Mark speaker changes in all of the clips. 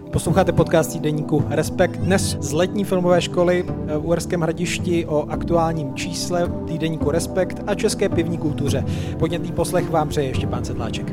Speaker 1: Posloucháte podcast týdeníku Respekt. Dnes z letní filmové školy v Uherském Hradišti o aktuálním čísle týdeníku Respekt a české pivní kultuře. Podnětný poslech vám přeje Štěpán Sedláček.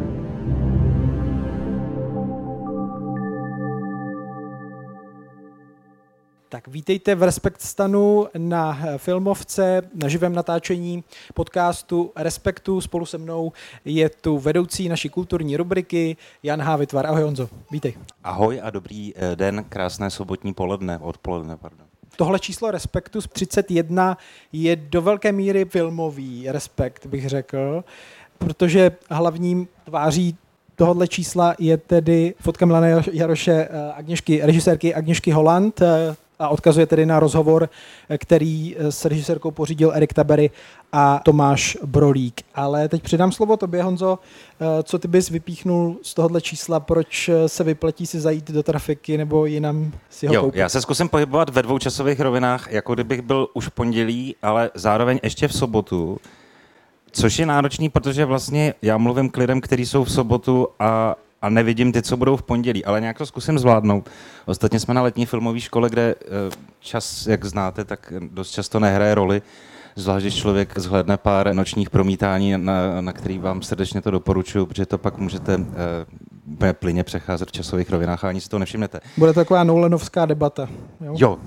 Speaker 1: Tak vítejte v Respekt stanu na filmovce, na živém natáčení podcastu Respektu. Spolu se mnou je tu vedoucí naší kulturní rubriky Jan H. Vytvar. Ahoj Honzo, vítej.
Speaker 2: Ahoj a dobrý den, krásné sobotní odpoledne.
Speaker 1: Tohle číslo Respektu z 31 je do velké míry filmový Respekt, bych řekl, protože hlavním tváří tohohle čísla je tedy fotka Milana Jaroše, režisérky Agněšky Holland, a odkazuje tedy na rozhovor, který s režisérkou pořídil Erik Tabery a Tomáš Brolík. Ale teď předám slovo tobě, Honzo, co ty bys vypíchnul z tohohle čísla, proč se vyplatí si zajít do trafiky nebo jinam si ho koupit?
Speaker 2: Já se zkusím pohybovat ve dvou časových rovinách, jako kdybych byl už v pondělí, ale zároveň ještě v sobotu, což je náročný, protože vlastně já mluvím k lidem, kteří jsou v sobotu a nevidím ty, co budou v pondělí, ale nějak to zkusím zvládnout. Ostatně jsme na letní filmové škole, kde čas, jak znáte, tak dost často nehraje roli, zvlášť když člověk zhlédne pár nočních promítání, na který vám srdečně to doporučuju, protože to pak můžete plyně přecházet v časových rovinách a ani si to nevšimnete.
Speaker 1: Bude to taková Nolanovská debata.
Speaker 2: Jo.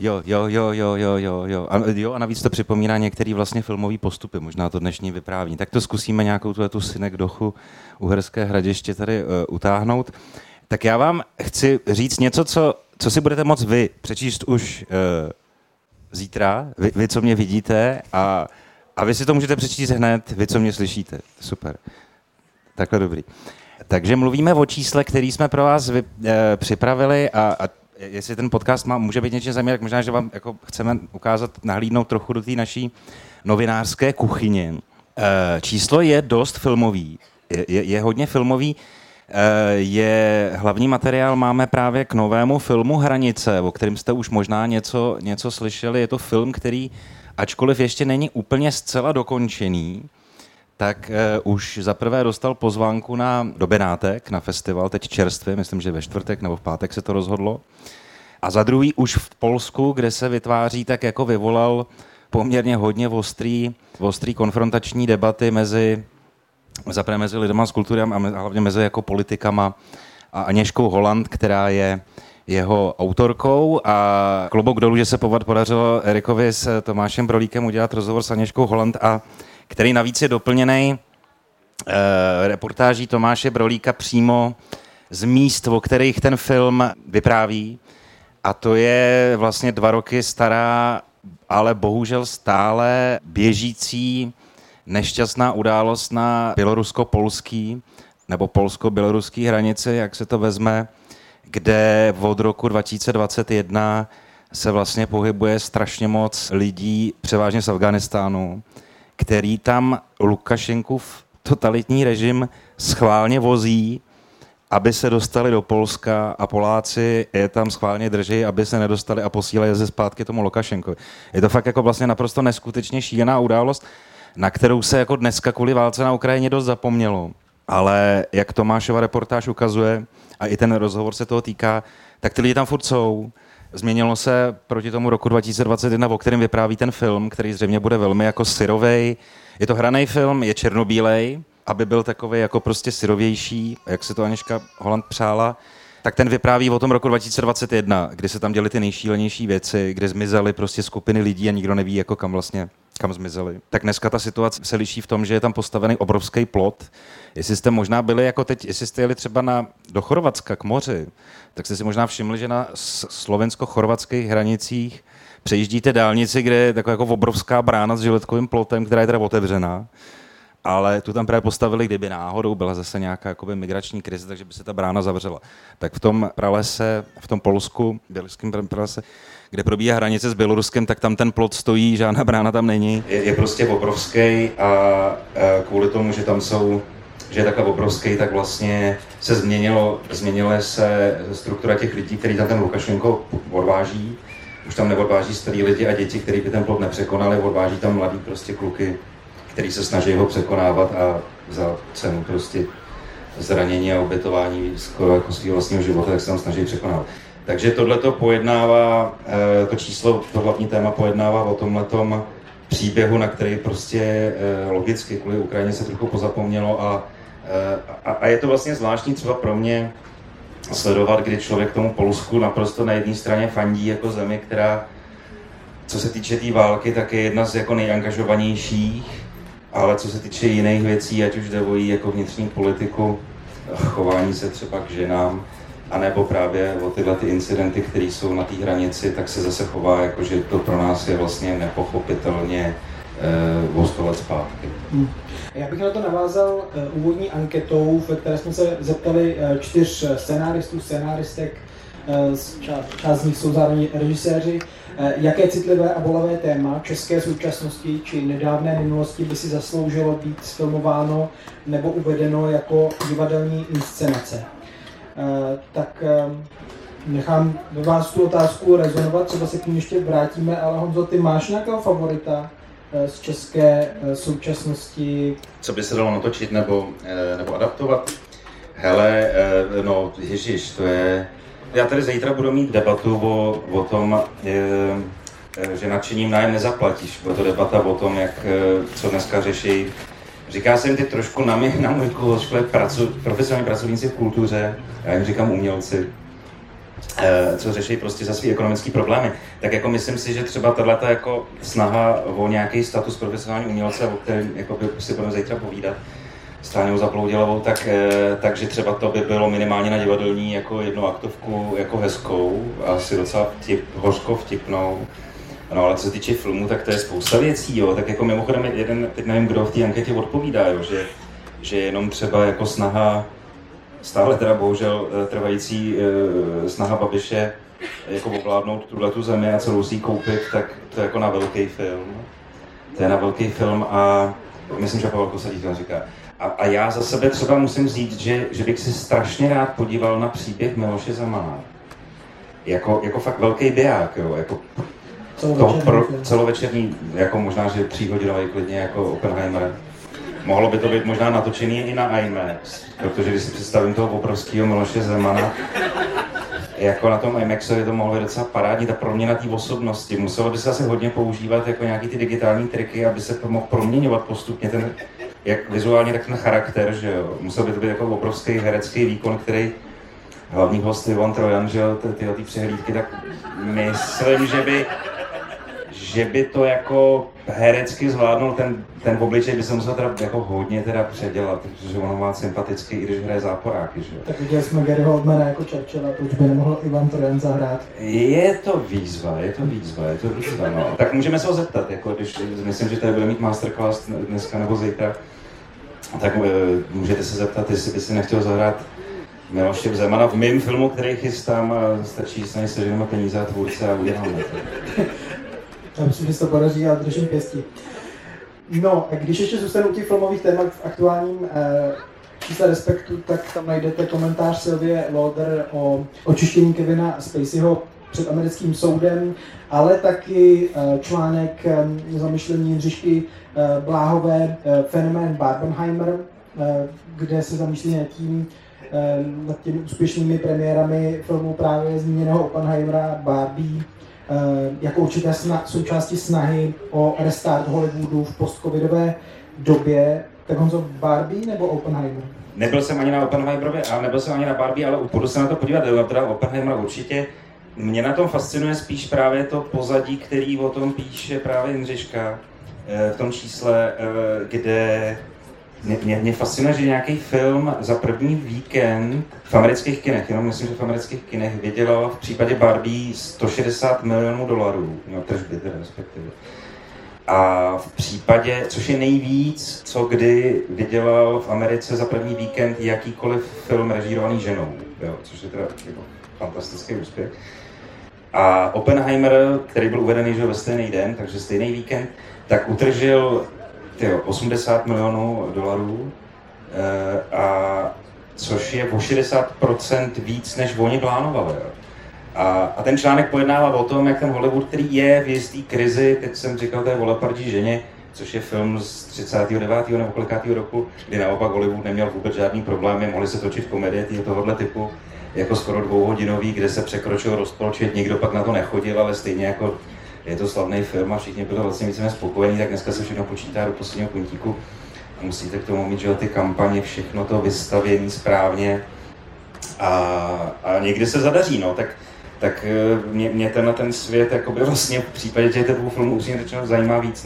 Speaker 2: A navíc to připomíná některé vlastně filmové postupy, možná to dnešní vyprávění. Tak to zkusíme nějakou tu synekdochu Uherské Hradiště tady utáhnout. Tak já vám chci říct něco, co si budete moct vy přečíst už zítra, vy, co mě vidíte, a vy si to můžete přečíst hned, vy, co mě slyšíte. Super. Takhle dobrý. Takže mluvíme o čísle, který jsme pro vás připravili a jestli ten podcast může být něčím zajímavý, tak možná, že vám jako chceme ukázat, nahlídnout trochu do té naší novinářské kuchyně. Číslo je dost filmový, je hodně filmový. Hlavní materiál máme právě k novému filmu Hranice, o kterém jste už možná něco slyšeli. Je to film, který, ačkoliv ještě není úplně zcela dokončený, tak už zaprvé dostal pozvánku do Benátek, na festival, teď čerstvě, myslím, že ve čtvrtek nebo v pátek se to rozhodlo. A za druhý už v Polsku, kde se vytváří, tak jako vyvolal poměrně hodně ostrý konfrontační debaty mezi lidma z kultury a hlavně mezi jako politikama a Agněškou Holland, která je jeho autorkou, a klobouk dolů, že se podařilo Erikovi s Tomášem Brolíkem udělat rozhovor s Agněškou Holland, a který navíc je doplněný reportáží Tomáše Brolíka přímo z míst, o kterých ten film vypráví. A to je vlastně 2 roky stará, ale bohužel stále běžící nešťastná událost na bělorusko-polský nebo polsko-běloruský hranici, jak se to vezme, kde od roku 2021 se vlastně pohybuje strašně moc lidí, převážně z Afghánistánu, který tam Lukašenkův totalitní režim schválně vozí, aby se dostali do Polska, a Poláci je tam schválně drží, aby se nedostali, a posílají ze zpátky tomu Lukašenkovi. Je to fakt jako vlastně naprosto neskutečně šílená událost, na kterou se jako dneska kvůli válce na Ukrajině dost zapomnělo. Ale jak Tomášova reportáž ukazuje, a i ten rozhovor se toho týká, tak ty lidi tam furt jsou. Změnilo se proti tomu roku 2021, o kterém vypráví ten film, který zřejmě bude velmi jako syrovej. Je to hraný film, je černobílej, aby byl takový jako prostě syrovější, jak si to Agněška Holland přála. Tak ten vypráví o tom roku 2021, kdy se tam děly ty nejšílenější věci, kde zmizely prostě skupiny lidí a nikdo neví, jako kam zmizeli. Tak dneska ta situace se liší v tom, že je tam postavený obrovský plot. Jestli jste možná byli jako teď, jestli jste jeli třeba do Chorvatska k moři, tak jste si možná všimli, že na slovensko-chorvatských hranicích přejíždíte dálnici, kde je taková jako obrovská brána s žiletkovým plotem, která je teda otevřená. Ale tu tam právě postavili, kdyby náhodou byla zase nějaká jakoby migrační krize, takže by se ta brána zavřela. Tak v tom pralese, v tom Polsku, běloruském pralese, kde probíhá hranice s Běloruskem, tak tam ten plot stojí, žádná brána tam není. Je prostě obrovský, a kvůli tomu, že tam jsou, že je takhle obrovský, tak vlastně se změnila se struktura těch lidí, který tam ten Lukašenko odváží. Už tam neodváží starý lidi a děti, kteří by ten plot nepřekonali, odváží tam mladý prostě kluky, který se snaží ho překonávat, a za cenu prostě zranění a obětování skoro jako svého vlastního života, tak se tam snaží překonat. Takže tohleto pojednává, to číslo, to hlavní téma pojednává o tomhletom příběhu, na který prostě logicky kvůli Ukrajině se trochu pozapomnělo a je to vlastně zvláštní třeba pro mě sledovat, kdy člověk tomu Polsku naprosto na jedné straně fandí jako zemi, která, co se týče té války, tak je jedna z jako nejangažovanějších, ale co se týče jiných věcí, ať už jde o jako vnitřní politiku, chování se třeba k ženám, anebo právě o tyhle ty incidenty, které jsou na té hranici, tak se zase chová jako, že to pro nás je vlastně nepochopitelně o 100 let zpátky.
Speaker 1: Já bych na to navázal úvodní anketou, ve které jsme se zeptali 4 scénáristů, scénáristek, část z nich jsou zároveň režiséři, jaké citlivé a bolavé téma české současnosti či nedávné minulosti by si zasloužilo být sfilmováno nebo uvedeno jako divadelní inscenace. Tak nechám ve vás tu otázku rezonovat, třeba se k ní ještě vrátíme, ale Honzo, ty máš nějakého favorita z české současnosti?
Speaker 2: Co by se dalo natočit nebo adaptovat? Hele, no ježiš, to je... Já tady zítra budu mít debatu o tom, že nadšením nájem nezaplatíš. Bude to debata o tom, co dneska řeší. Říká se jim teď trošku na můj škole profesionální pracovníci v kultuře, já jim říkám umělci, co řeší prostě za svý ekonomický problémy. Tak jako myslím si, že třeba tato jako snaha o nějaký status profesionální umělce, o kterém jako si budeme zítra povídat, s Táňou Zaploudělovou, takže třeba to by bylo minimálně na divadelní jako jednu aktovku jako hezkou, asi docela hořko vtipnou. No ale co se týče filmu, tak to je spousta věcí, jo. Tak jako mimochodem teď nevím, kdo v té anketě odpovídá, jo, že jenom třeba jako snaha, stále teda bohužel trvající snaha Babiše jako ovládnout tuhletu zemi a celou si ji koupit, tak to je jako na velký film. To je na velký film a myslím, že Pavel Kosadík to říká. A já za sebe třeba musím říct, že bych si strašně rád podíval na příběh Miloše Zemana. Jako fakt velký biják, jo, jako celovečerní, jako možná, že 3hodinový klidně jako Oppenheimer. Mohlo by to být možná natočený i na IMAX, protože když si představím toho obrovského Miloše Zemana, jako na tom IMAXu je to mohlo být docela parádní, ta proměna té osobnosti. Muselo by se asi hodně používat jako nějaký ty digitální triky, aby se to mohl proměňovat postupně ten, jak vizuálně, tak ten charakter, že jo. Musel by to být jako obrovský herecký výkon, který hlavní host Ivan Trojan, že jo, ty přehlídky, tak myslím, že by to jako herecky zvládnul, ten obličej by se musel teda jako hodně teda předělat, protože on má sympatický, i když hraje záporáky, že jo.
Speaker 1: Tak viděli jsme Gary Oldmana jako Churchilla, proč by nemohl Ivan Trojan zahrát?
Speaker 2: Je to výzva, no. Tak můžeme se ho zeptat, jako když myslím, že tady bude mít masterclass dneska nebo zítra, tak můžete se zeptat, jestli by si nechtěl zahrát Miloše Zemana v mém filmu, který chystám, a stačí, že se něj seženeme peníze a tvůrce a uděláme to.
Speaker 1: Já myslím, že se to podaří a držím pěstí. No, a když ještě zůstanu u těch filmových témat v aktuálním čísle Respektu, tak tam najdete komentář Sylvie Lauder o očištění Kevina Spaceyho před americkým soudem, ale taky článek zamyšlení Jindřišky Bláhové Fenomén Barbenheimer, kde se zamýšlí nad těmi úspěšnými premiérami filmu právě zmíněného Oppenheimera, Barbie, jako určité součásti snahy o restart Hollywoodu v postcovidové době. Tak Honzo, Barbie nebo Oppenheimer?
Speaker 2: Nebyl jsem ani na Oppenheimerovi a nebyl jsem ani na Barbie, ale půjdu se na to podívat, teda Oppenheimer určitě. Mě na tom fascinuje spíš právě to pozadí, který o tom píše právě Jindřiška v tom čísle, kde mě fascinuje, že nějaký film za první víkend v amerických kinech, jenom myslím, že v amerických kinech vydělal v případě Barbie $160 milionů, no tržby teda respektive. A v případě, což je nejvíc, co kdy vydělal v Americe za první víkend jakýkoliv film režírovaný ženou, jo, což je teda jako fantastický úspěch. A Oppenheimer, který byl uvedený že ve stejný den, takže stejný víkend, tak utržil $80 milionů, a což je o 60% víc, než oni plánovali. A ten článek pojednává o tom, jak ten Hollywood, který je v jistý krizi, teď jsem říkal té volepardí ženě, což je film z 39. nebo kolikátého roku, kdy naopak Hollywood neměl vůbec žádný problémy, mohli se točit komedie tohohle typu, jako skoro 2hodinový, kde se překročil rozpočet, nikdo pak na to nechodil, ale stejně jako je to slavný film a všichni byli vlastně víceméně spokojení, tak dneska se všechno počítá do posledního puntíku a musíte k tomu mít, že ty kampaně, všechno to vystavění správně a někdy se zadaří, no, tak mě tenhle ten svět jakoby vlastně v případě těch dvou filmů upřímně řečeno zajímá víc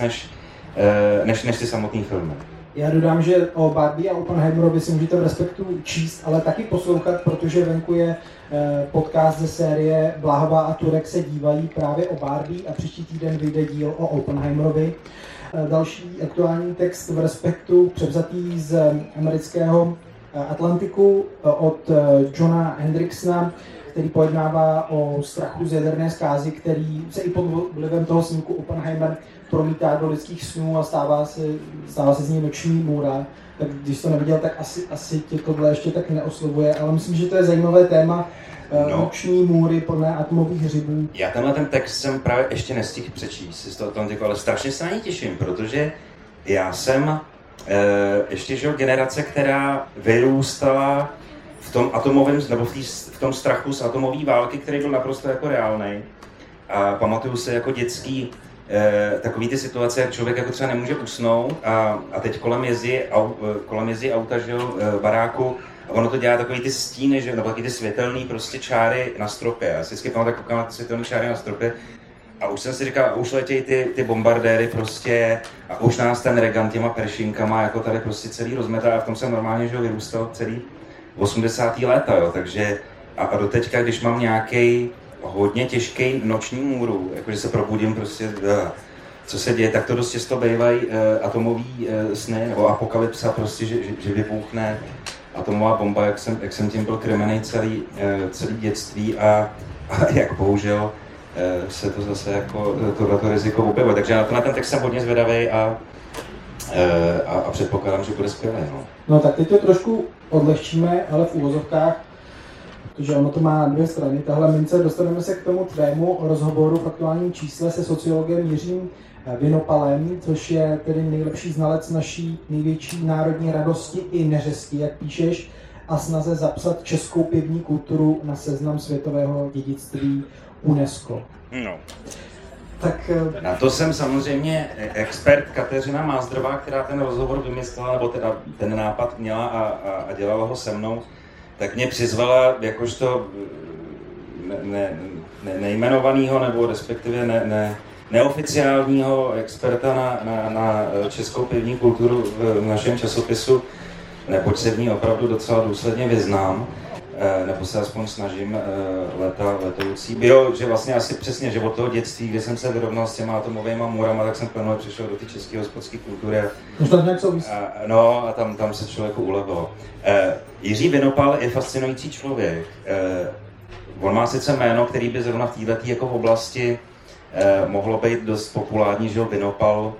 Speaker 2: než ty samotný filmy.
Speaker 1: Já dodám, že o Barbie a Oppenheimerovi si můžete v Respektu číst, ale taky poslouchat, protože venku je podcast ze série Bláhová a Turek se dívají právě o Barbie a příští týden vyjde díl o Oppenheimerovi. Další aktuální text v Respektu převzatý z amerického Atlantiku od Johna Hendricksona, který pojednává o strachu z jaderné zkázy, který se i pod vlivem toho snímku Oppenheimer promítá do lidských snů a stává se z něj noční můra. Tak když to neviděl, tak asi tě tohle ještě tak neoslovuje, ale myslím, že to je zajímavé téma. Noční můry plné atomových hřibů.
Speaker 2: Já tenhle ten text jsem právě ještě nestihl přečíst z toho Atlantiku, ale strašně se na něj těším, protože já jsem ještě žil generace, která vyrůstala v tom atomovém, nebo v tom strachu z atomové války, který byl naprosto jako reálnej. A pamatuju se jako dětský takový ty situace, jak člověk jako třeba nemůže usnout a teď kolem jezdí auta, že jo, baráku, a ono to dělá takový ty stíny, že, nebo takový ty světelný prostě čáry na stropě. Já si vždycky pamatuju, koukám na ty světelné čáry na stropě a už jsem si říkal, už letějí ty bombardéry prostě a už nás ten Reagan těma peršinkama jako tady prostě celý rozmetá a v tom jsem normálně, že jo, vyrůstal celý 80. léta, jo, takže a doteďka, když mám nějaký hodně těžký noční můru, jakože se probudím prostě, co se děje, tak to dost často bývají atomový sny, nebo apokalypsa prostě, že vypouchne atomová bomba, jak jsem tím byl krmenej celý dětství a jak bohužel se to zase jako tohleto riziko objevuje. Takže na ten text jsem hodně zvědavý a předpokládám, že bude skvělý.
Speaker 1: No tak teď to trošku odlehčíme, ale v úvozovkách, protože ono to má dvě strany. Tahle mince, dostaneme se k tomu tvému rozhovoru v aktuálním čísle se sociologem Jiřím Vinopalem, což je tedy nejlepší znalec naší největší národní radosti i neřesti, jak píšeš, a snaze zapsat českou pivní kulturu na seznam světového dědictví UNESCO.
Speaker 2: No.
Speaker 1: Tak
Speaker 2: na to jsem samozřejmě expert Kateřina Mázdrová, která ten rozhovor vymyslela, nebo teda ten nápad měla a dělala ho se mnou, tak mě přizvala jakožto nejmenovaného, nebo respektive neoficiálního experta na českou pivní kulturu v našem časopisu, neboť se v ní opravdu docela důsledně vyznám, nebo se aspoň snažím letoucí. Bylo, že vlastně asi přesně, že od toho dětství, kdy jsem se vyrovnal s těma atomovými můrama, tak jsem plně přišel do té české hospodské kultury. No a tam se člověku ulevilo. Jiří Vinopal je fascinující člověk. On má sice jméno, který by zrovna v této jako v oblasti mohlo být dost populární, že jo, Vinopal,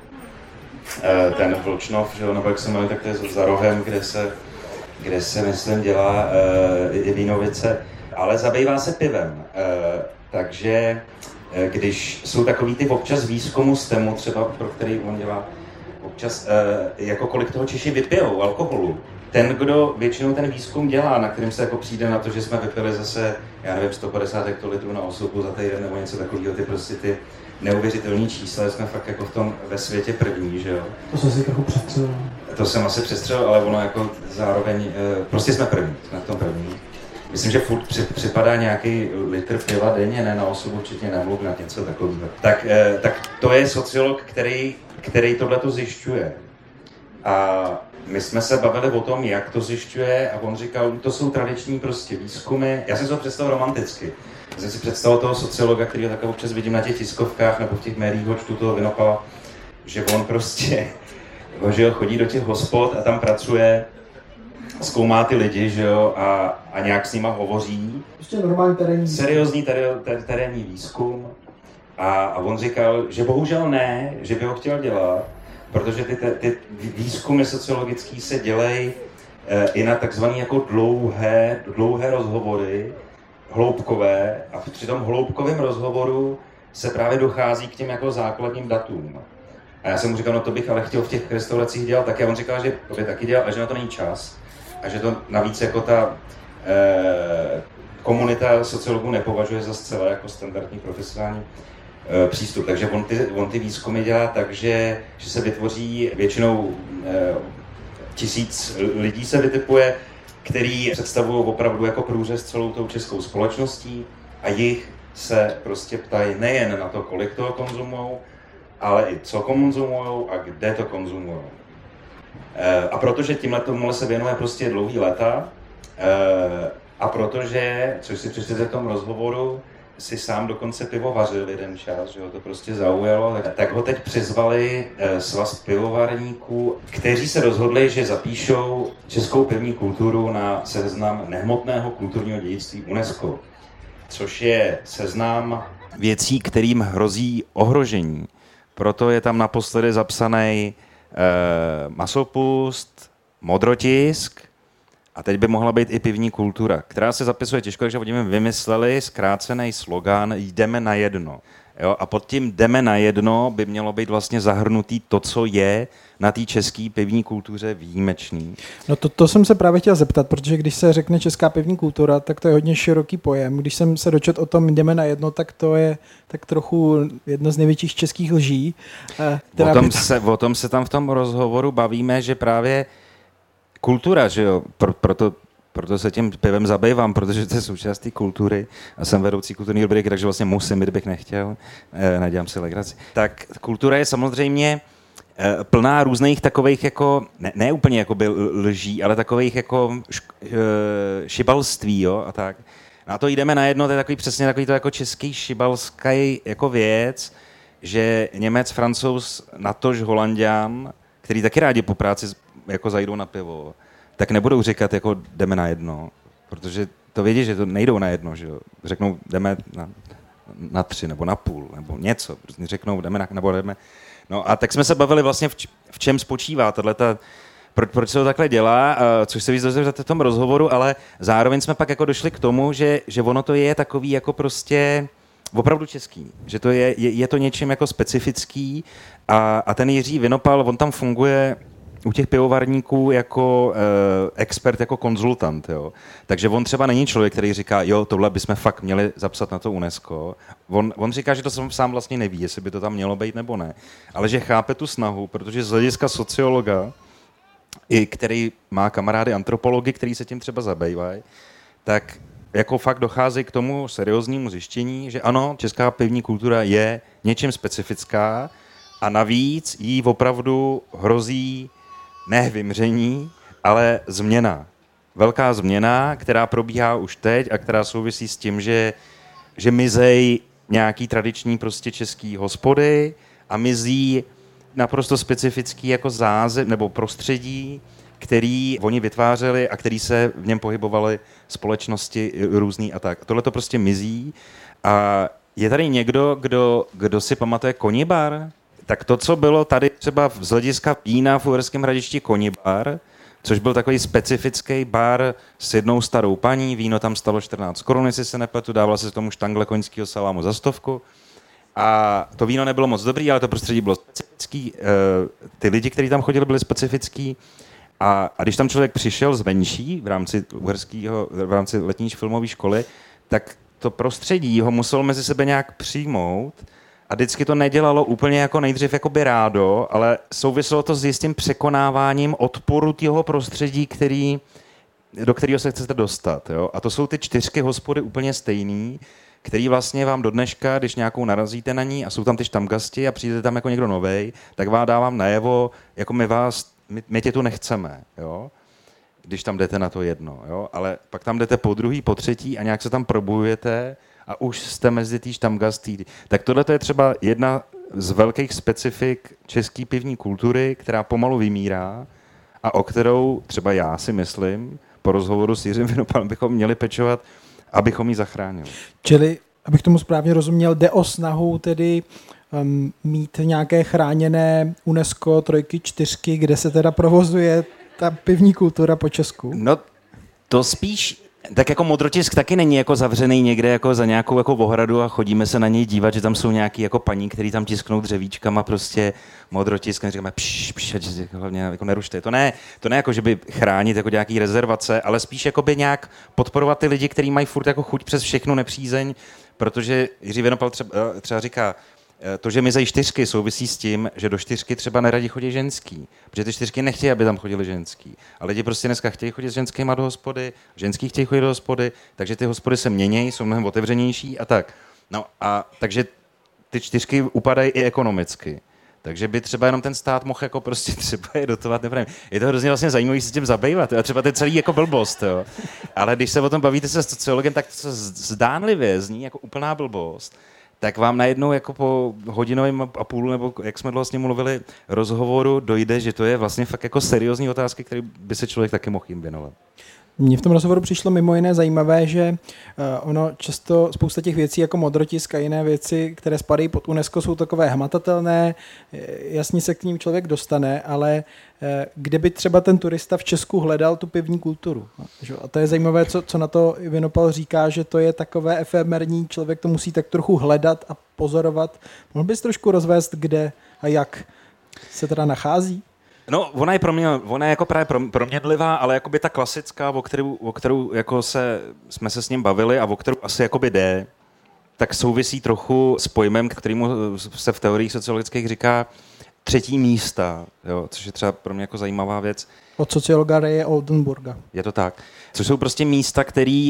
Speaker 2: ten Vlčnov, že jo, nebo jak se jmenuje, tak to je za rohem, kde se myslím dělá i vínovice, ale zabývá se pivem. Takže když jsou takový ty občas výzkumu STEMu, třeba pro který on dělá občas, jako kolik toho Češi vypijou alkoholu, ten, kdo většinou ten výzkum dělá, na kterým se jako přijde na to, že jsme vypili zase, já nevím, 150 hektolitrů na osobu za týden nebo něco takového, ty neuvěřitelné čísla, jsme fakt jako v tom ve světě první, že jo.
Speaker 1: To jsem si trochu přestřelil.
Speaker 2: To jsem asi přestřelil, ale ono jako zároveň, prostě jsme první, jsme v tom první. Myslím, že furt připadá nějaký litr piva denně, ne na osobu, určitě nemluv na něco takového. Tak to je sociolog, který tohleto zjišťuje. A my jsme se bavili o tom, jak to zjišťuje a on říkal, to jsou tradiční prostě výzkumy. Já jsem si to představil romanticky. Já jsem si představil toho sociologa, který ho tak občas vidím na těch tiskovkách nebo v těch médiích, ho čtu toho Vinopala, že on prostě že jo, chodí do těch hospod a tam pracuje, zkoumá ty lidi, že jo, a nějak s nima hovoří.
Speaker 1: Prostě normální terénní.
Speaker 2: Seriózní terénní výzkum. A on říkal, že bohužel ne, že by ho chtěl dělat, protože ty výzkumy sociologické se dělají i na takzvané jako dlouhé rozhovory, hloubkové, a při tom hloubkovém rozhovoru se právě dochází k těm jako základním datům. A já jsem mu říkal, no to bych ale chtěl v těch restauracích dělat taky. A on říkal, že to by taky dělal a že na to není čas. A že to navíc jako ta komunita sociologů nepovažuje za zcela jako standardní profesionální přístup. Takže on ty výzkumy dělá tak, že se vytvoří většinou 1000 lidí se vytipuje, který představují opravdu jako průřez celou tou českou společností a jich se prostě ptají nejen na to, kolik toho konzumujou, ale i co konzumujou a kde to konzumujou. A protože tomuhle se věnuje prostě dlouhý léta a protože, což si přečtete v tom rozhovoru, si sám dokonce pivo vařil jeden čas, že ho to prostě zaujalo, tak ho teď přizvali svaz pivovarníků, kteří se rozhodli, že zapíšou českou pivní kulturu na seznam nehmotného kulturního dědictví UNESCO, což je seznam věcí, kterým hrozí ohrožení. Proto je tam naposledy zapsaný masopust, modrotisk a teď by mohla být i pivní kultura, která se zapisuje těžko, takže oni vymysleli zkrácený slogan jdeme na jedno. Jo? A pod tím jdeme na jedno by mělo být vlastně zahrnutý to, co je na té české pivní kultuře výjimečný.
Speaker 1: No to jsem se právě chtěl zeptat, protože když se řekne česká pivní kultura, tak to je hodně široký pojem. Když jsem se dočetl o tom jdeme na jedno, tak to je tak trochu jedno z největších českých lží.
Speaker 2: O tom se tam v tom rozhovoru bavíme, že právě kultura, že jo, proto se tím pivem zabývám, protože to je součást té kultury a jsem vedoucí kulturní rubriky, takže vlastně musím, kdybych nechtěl, nedělám si legraci. Tak kultura je samozřejmě plná různých takových jako, ne úplně jako by lží, ale takových jako šibalství, jo, a tak. A to jdeme na jedno, to je takový přesně takový to jako český šibalský jako věc, že Němec, Francouz, natož Holanďan, který taky rádi po práci jako zajdou na pivo, tak nebudou říkat jako jdeme na jedno, protože to vědí, že to nejdou na jedno, že jo. Řeknou jdeme na 3 nebo na půl nebo něco, prostě řeknou jdeme nebo jdeme. No a tak jsme se bavili vlastně v čem spočívá tato, proč se to takhle dělá, což se víc dozvědět v tom rozhovoru, ale zároveň jsme pak jako došli k tomu, že ono to je takový jako prostě opravdu český, že to je to něčím jako specifický a ten Jiří Vinopal, on tam funguje u těch pivovarníků jako expert, jako konzultant, jo. Takže on třeba není člověk, který říká, jo, tohle bychom fakt měli zapsat na to UNESCO. On říká, že to sám vlastně neví, jestli by to tam mělo být nebo ne, ale že chápe tu snahu, protože z hlediska sociologa, i který má kamarády antropology, který se tím třeba zabývají, tak jako fakt dochází k tomu serióznímu zjištění, že ano, česká pivní kultura je něčím specifická a navíc jí opravdu hrozí ne vymření, ale změna. Velká změna, která probíhá už teď a která souvisí s tím, že mizej nějaký tradiční prostě český hospody a mizí naprosto specifický jako zázem nebo prostředí, který oni vytvářeli a který se v něm pohybovaly společnosti různý a tak. Tohle to prostě mizí a je tady někdo, kdo si pamatuje Konibar? Tak to, co bylo tady třeba z hlediska vína v Uherském Hradišti Konibar, což byl takový specifický bar s jednou starou paní, víno tam stalo 14 korun, jestli se nepletu, dával se tomu štangle koňského salámu za 100. A to víno nebylo moc dobrý, ale to prostředí bylo specifický, ty lidi, kteří tam chodili, byli specifický. A když tam člověk přišel zvenčí v rámci letní filmové školy, tak to prostředí ho musel mezi sebe nějak přijmout a vždycky to nedělalo úplně jako nejdřív jakoby rádo, ale souviselo to s jistým překonáváním odporu toho prostředí, do kterého se chcete dostat. Jo? A to jsou ty 4 hospody úplně stejný, který vlastně vám do dneška, když nějakou narazíte na ní a jsou tam ty štamgasti a přijdete tam jako někdo novej, tak vám dávám najevo, jako my tě tu nechceme, jo? Když tam jdete na to jedno, jo? Ale pak tam jdete po druhý, po třetí a nějak se tam probujete a už jste mezi tý štamgastí. Tak tohle je třeba jedna z velkých specifik české pivní kultury, která pomalu vymírá a o kterou třeba já si myslím, po rozhovoru s Jiřím Vinopalem bychom měli pečovat, abychom ji zachránili.
Speaker 1: Čili, abych tomu správně rozuměl, jde o snahu tedy mít nějaké chráněné UNESCO 3, 4, kde se teda provozuje ta pivní kultura po Česku?
Speaker 2: No, to spíš Tak jako Modrotisk taky není jako zavřený někde jako za nějakou jako ohradu a chodíme se na něj dívat, že tam jsou nějaký jako paní, který tam tisknou dřevíčkama prostě Modrotisk a říkáme pš, hlavně jako nerušte. To ne jako, že by chránit jako nějaký rezervace, ale spíš jako by nějak podporovat ty lidi, kteří mají furt jako chuť přes všechnu nepřízeň, protože Jiří Věnopal třeba říká, to, že mizejí čtyřky, souvisí s tím, že do čtyřky třeba neradi chodí ženský, protože ty čtyřky nechtějí, aby tam chodili ženský. A lidi prostě dneska chtějí chodit s ženskýma do hospody, ženský chtějí chodit do hospody, takže ty hospody se měnějí, jsou mnohem otevřenější a tak. No a takže ty čtyřky upadají i ekonomicky. Takže by třeba jenom ten stát mohl jako prostě třeba je dotovat, nevím. Je to hrozně vlastně zajímavý se tím zabývat, a třeba to je celý jako blbost, jo. Ale když se o tom bavíte se sociologem, tak to zdánlivě zní jako úplná blbost. Tak vám najednou jako po hodinovém a půl, nebo jak jsme vlastně mluvili, rozhovoru dojde, že to je vlastně fakt jako seriózní otázky, které by se člověk taky mohl jim věnovat.
Speaker 1: Mně v tom rozhovoru přišlo mimo jiné zajímavé, že ono často spousta těch věcí jako Modrotisk a jiné věci, které spadají pod UNESCO, jsou takové hmatatelné, jasně se k ním člověk dostane, ale kde by třeba ten turista v Česku hledal tu pivní kulturu. A to je zajímavé, co na to Věnopal říká, že to je takové efemerní, člověk to musí tak trochu hledat a pozorovat. Mohl bys trošku rozvést, kde a jak se teda nachází?
Speaker 2: No, ona je jako právě proměnlivá, ale jakoby ta klasická, o kterou jako jsme se s ním bavili a o kterou asi jakoby jde, tak souvisí trochu s pojmem, kterému se v teoriích sociologických říká třetí místa, jo, což je třeba pro mě jako zajímavá věc.
Speaker 1: Od sociologa Raye Oldenburga.
Speaker 2: Je to tak. Což jsou prostě místa, které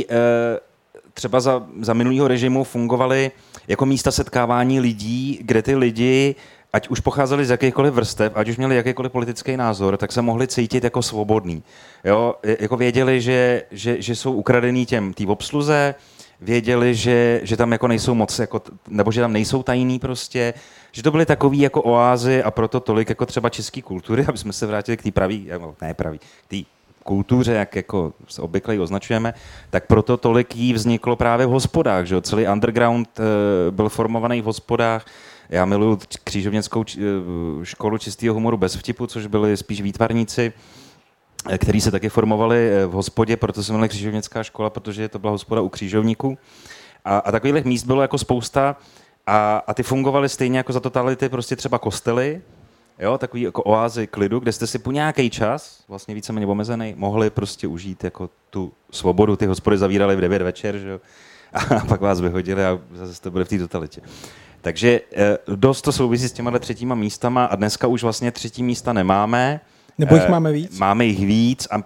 Speaker 2: třeba za minulého režimu fungovaly jako místa setkávání lidí, kde ty lidi, ať už pocházeli z jakýchkoliv vrstev, ať už měli jakýkoliv politický názor, tak se mohli cítit jako svobodný. Jo? Jako věděli, že jsou ukradený té obsluze, věděli, že tam jako nejsou moc, jako, nebo že tam nejsou tajný prostě, že to byly takový jako oázy a proto tolik jako třeba české kultury, aby jsme se vrátili k té k té kultuře, jak jako se obvykle označujeme, tak proto tolik jí vzniklo právě v hospodách, že jo? Celý underground byl formovaný v hospodách. Já miluju křižovnickou školu čistého humoru bez vtipu, což byli spíš výtvarníci, kteří se taky formovali v hospodě, proto se jmenuje křižovnická škola, protože to byla hospoda u křižovníků. A takových míst bylo jako spousta a ty fungovaly stejně jako za totality prostě třeba kostely, jo, takový jako oázy klidu, kde jste si po nějaký čas, vlastně víceméně omezený, mohli prostě užít jako tu svobodu. Ty hospody zavíraly v 9 večer, že jo, a pak vás vyhodili a zase jste byli v té totalitě. Takže dost to souvisí s těma třetíma místama a dneska už vlastně třetí místa nemáme.
Speaker 1: Nebo jich máme víc?
Speaker 2: Máme jich víc a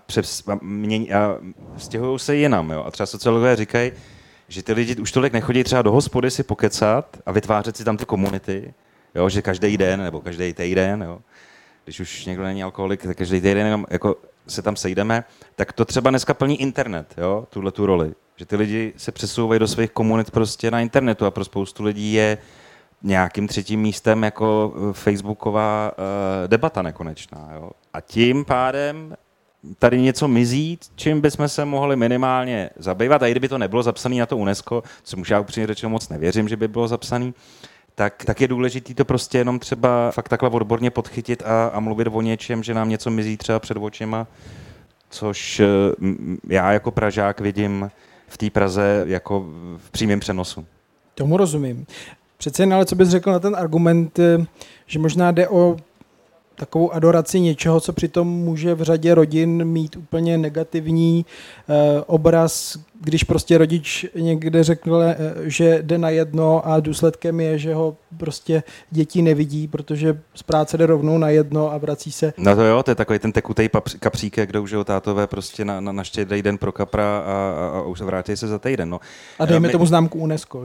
Speaker 2: stěhují se jinam. Jo. A třeba sociologové říkají, že ty lidi už tolik nechodí třeba do hospody si pokecat a vytvářet si tam ty komunity, jo, že každý den nebo každý týden, jo. Když už někdo není alkoholik, tak každý týden jenom jako se tam sejdeme, tak to třeba dneska plní internet, jo, tu roli. Že ty lidi se přesouvají do svých komunit prostě na internetu a pro spoustu lidí je nějakým třetím místem jako facebooková debata nekonečná. Jo? A tím pádem tady něco mizí, čím bychom se mohli minimálně zabývat. A i kdyby to nebylo zapsané na to UNESCO, co už já upřímně řečeno moc nevěřím, že by bylo zapsané, tak je důležité to prostě jenom třeba fakt takhle odborně podchytit a mluvit o něčem, že nám něco mizí třeba před očima, což já jako Pražák vidím v té Praze jako v přímém přenosu.
Speaker 1: Tomu rozumím. Přece jen, ale co bys řekl na ten argument, že možná jde o takovou adoraci něčeho, co přitom může v řadě rodin mít úplně negativní obraz, když prostě rodič někde řekl, že jde na jedno a důsledkem je, že ho prostě děti nevidí, protože z práce jde rovnou na jedno a vrací se. No
Speaker 2: to jo, to je takový ten tekutej kapřík, kde už jo tátové prostě na štědrý den pro kapra a už vrátí se za týden. No.
Speaker 1: A dejme tomu známku UNESCO.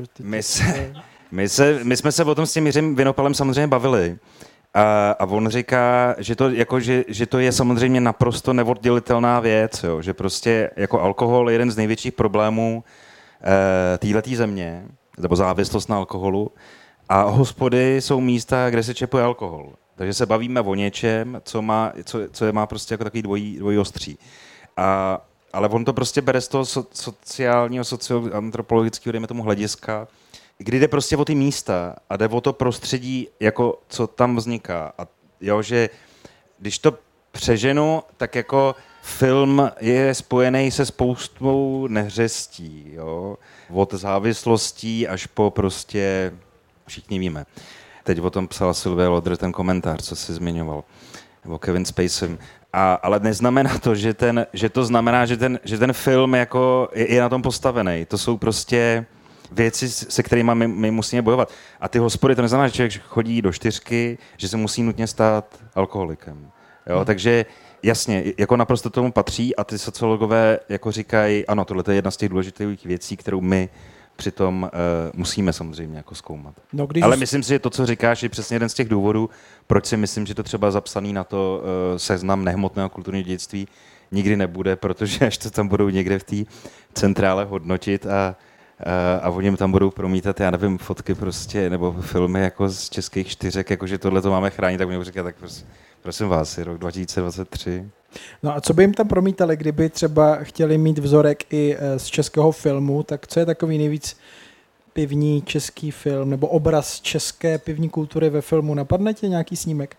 Speaker 2: My jsme se o tom s tím Jiřím Věnopalem samozřejmě bavili. A on říká, že to je samozřejmě naprosto neoddělitelná věc, jo? Že prostě jako alkohol je jeden z největších problémů téhletý země, nebo závislost na alkoholu, a hospody jsou místa, kde se čepuje alkohol. Takže se bavíme o něčem, co má prostě jako takový dvojí ostří. Ale on to prostě bere z toho sociálního, socioantropologického, dejme tomu, hlediska, kdy jde prostě o ty místa a jde o to prostředí, jako co tam vzniká. A jo, že když to přeženu, tak jako film je spojený se spoustou neřestí, jo? Od závislostí až po prostě, všichni víme. Teď o tom psala Sylvia Lodr ten komentář, co jsi zmiňoval, o Kevin Spacey. Ale neznamená to, že to znamená, že ten film jako je na tom postavený. To jsou prostě věci, se kterými my musíme bojovat. A ty hospody, to neznamená, že člověk chodí do 4, že se musí nutně stát alkoholikem. Jo? Takže jasně, jako naprosto tomu patří a ty sociologové jako říkají, ano, tohle je jedna z těch důležitých věcí, kterou my přitom musíme samozřejmě jako zkoumat. No, ale myslím si, že to, co říkáš, je přesně jeden z těch důvodů, proč si myslím, že to třeba zapsaný na to seznam nehmotného kulturního dědictví nikdy nebude, protože až to tam budou někde v té centrále hodnotit a oni tam budou promítat, já nevím, fotky prostě, nebo filmy jako z českých 4, jakože tohle to máme chránit, tak budou říkat, tak prosím vás, je rok 2023.
Speaker 1: No a co by jim tam promítali, kdyby třeba chtěli mít vzorek i z českého filmu, tak co je takový nejvíc pivní český film, nebo obraz české pivní kultury ve filmu? Napadne tě nějaký snímek?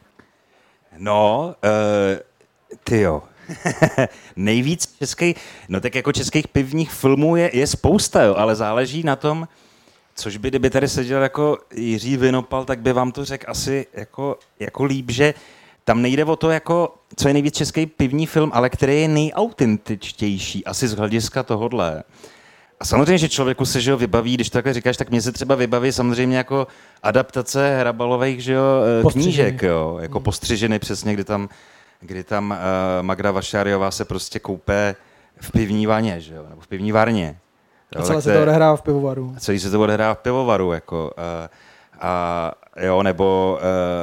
Speaker 2: No, tyjo. Nejvíc českých, no tak jako českých pivních filmů je spousta, jo, ale záleží na tom, což by, kdyby tady seděl jako Jiří Vinopal, tak by vám to řekl asi jako líp, že tam nejde o to, jako, co je nejvíc český pivní film, ale který je nejautentičtější, asi z hlediska tohodle. A samozřejmě, že člověku se, že jo, vybaví, když to takhle říkáš, tak mě se třeba vybaví samozřejmě jako adaptace Hrabalových, že jo, knížek, jo, jako postřiženy přesně, kdy tam Magda Vašáriová se prostě koupe v pivní vaně, že jo, nebo v pivní varně.
Speaker 1: A celé se to odehrává v pivovaru.
Speaker 2: Celý se to odehrává v pivovaru, jako. Jo, nebo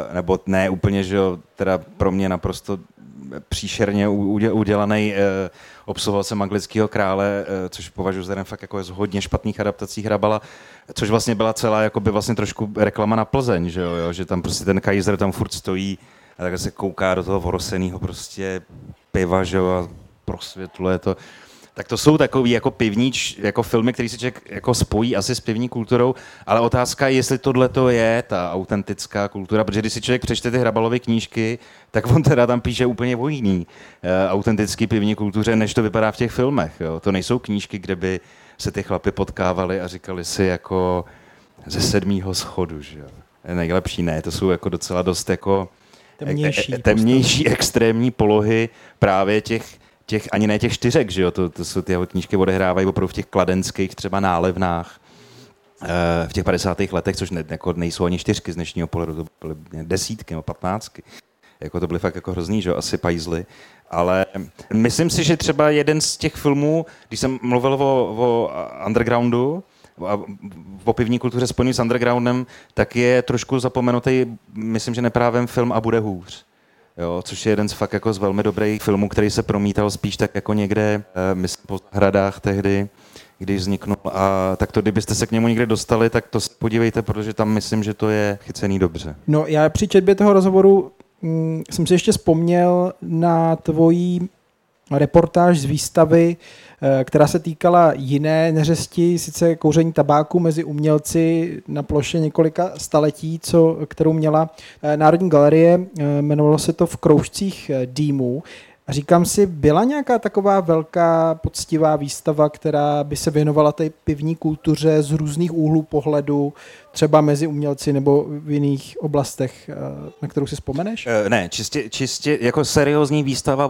Speaker 2: ne úplně, že jo, teda pro mě naprosto příšerně udělaný obsluhoval jsem Anglického krále, což považuji za jeden fakt jako z hodně špatných adaptací Hrabala, což vlastně byla celá jakoby vlastně trošku reklama na Plzeň, že jo, že tam prostě ten Kaiser tam furt stojí a takhle se kouká do toho vorosenýho prostě piva, že jo, a prosvětluje to. Tak to jsou takový jako pivní jako filmy, které se člověk jako spojí asi s pivní kulturou, ale otázka je, jestli tohle to je ta autentická kultura, protože když si člověk přečte ty Hrabalovy knížky, tak on teda tam píše úplně o jiný autentický pivní kultuře, než to vypadá v těch filmech. Jo. To nejsou knížky, kde by se ty chlapi potkávali a říkali si jako ze 7. schodu, že jo. Nejlepší ne, to jsou jako docela dost jako temnější extrémní polohy právě těch ani ne těch 4, že jo, to jsou ty jeho knížky odehrávají opravdu v těch kladenských třeba nálevnách v těch 50. letech, což jako nejsou ani 4 z dnešního pohledu, to byly 10 nebo 15. Jako to byly fakt jako hrozný, že jo, asi pajzly. Ale myslím si, že třeba jeden z těch filmů, když jsem mluvil o undergroundu, o pivní kultuře spojený s undergroundem, tak je trošku zapomenutý, myslím, že neprávem film A bude hůř. Jo, což je jeden z fakt jako z velmi dobrých filmů, který se promítal spíš tak jako někde, myslím, po zahradách tehdy, když vzniknul. A tak to, kdybyste se k němu někde dostali, tak to se podívejte, protože tam myslím, že to je chycený dobře.
Speaker 1: No já při četbě toho rozhovoru jsem si ještě vzpomněl na tvojí reportáž z výstavy, která se týkala jiné neřesti, sice kouření tabáku mezi umělci na ploše několika staletí, kterou měla Národní galerie, jmenovalo se to V kroužcích dýmů. A říkám si, byla nějaká taková velká poctivá výstava, která by se věnovala té pivní kultuře z různých úhlů pohledu, třeba mezi umělci nebo v jiných oblastech, na kterou si vzpomeneš?
Speaker 2: Ne, čistě jako seriózní výstava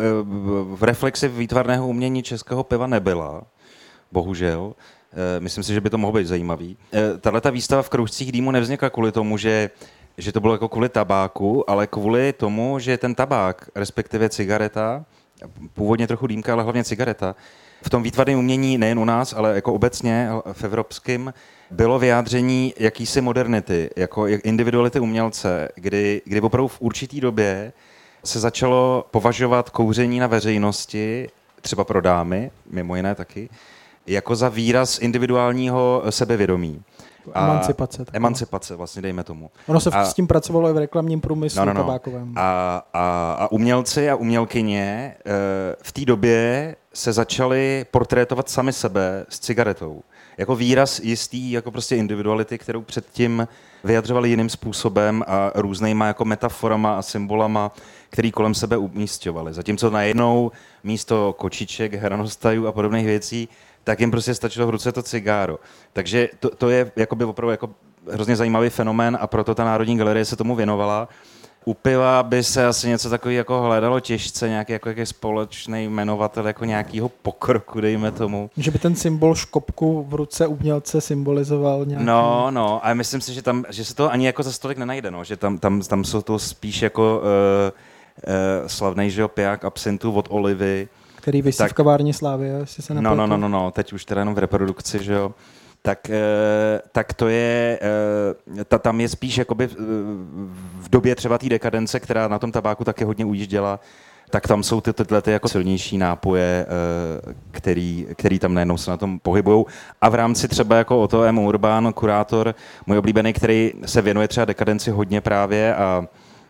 Speaker 2: v reflexi výtvarného umění českého piva nebyla, bohužel. Myslím si, že by to mohlo být zajímavý. Tahleta výstava V kroužcích dýmu nevznikla kvůli tomu, že to bylo jako kvůli tabáku, ale kvůli tomu, že ten tabák, respektive cigareta, původně trochu dýmka, ale hlavně cigareta, v tom výtvarném umění nejen u nás, ale jako obecně v evropském, bylo vyjádření jakýsi modernity, jako individuality umělce, kdy opravdu v určitý době se začalo považovat kouření na veřejnosti, třeba pro dámy, mimo jiné taky, jako za výraz individuálního sebevědomí. Emancipace, vlastně dejme tomu.
Speaker 1: Ono se s tím pracovalo i v reklamním průmyslu tabákovém.
Speaker 2: A umělci a umělkyně v té době se začali portrétovat sami sebe s cigaretou. jako výraz jistý, jako prostě individuality, kterou předtím vyjadřovali jiným způsobem a různýma jako metaforama a symbolama, který kolem sebe umísťovali. Zatímco najednou místo kočiček, hranostajů a podobných věcí, tak jim prostě stačilo v ruce to cigáro. Takže to je jakoby opravdu jako hrozně zajímavý fenomén a proto ta Národní galerie se tomu věnovala. U piva by se asi něco takového jako hledalo těžce, nějaký jako společný jmenovatel jako nějakýho pokroku, dejme tomu.
Speaker 1: Že by ten symbol škopku v ruce umělce symbolizoval nějaký...
Speaker 2: No, a myslím si, že se to ani jako za stolik nenajde, no, že tam jsou to spíš jako slavnej, že jo, piják absintu od Olivy.
Speaker 1: Který visí v kavárně Slávy, jestli se nepletu.
Speaker 2: No, teď už teda jenom v reprodukci, že jo. Tak to je, tam je spíš jakoby v době třeba té dekadence, která na tom tabáku taky hodně ujížděla, tak tam jsou tyhle jako silnější nápoje, který tam najednou se na tom pohybujou. A v rámci třeba jako Otto M. Urban, kurátor, můj oblíbený, který se věnuje třeba dekadenci hodně právě a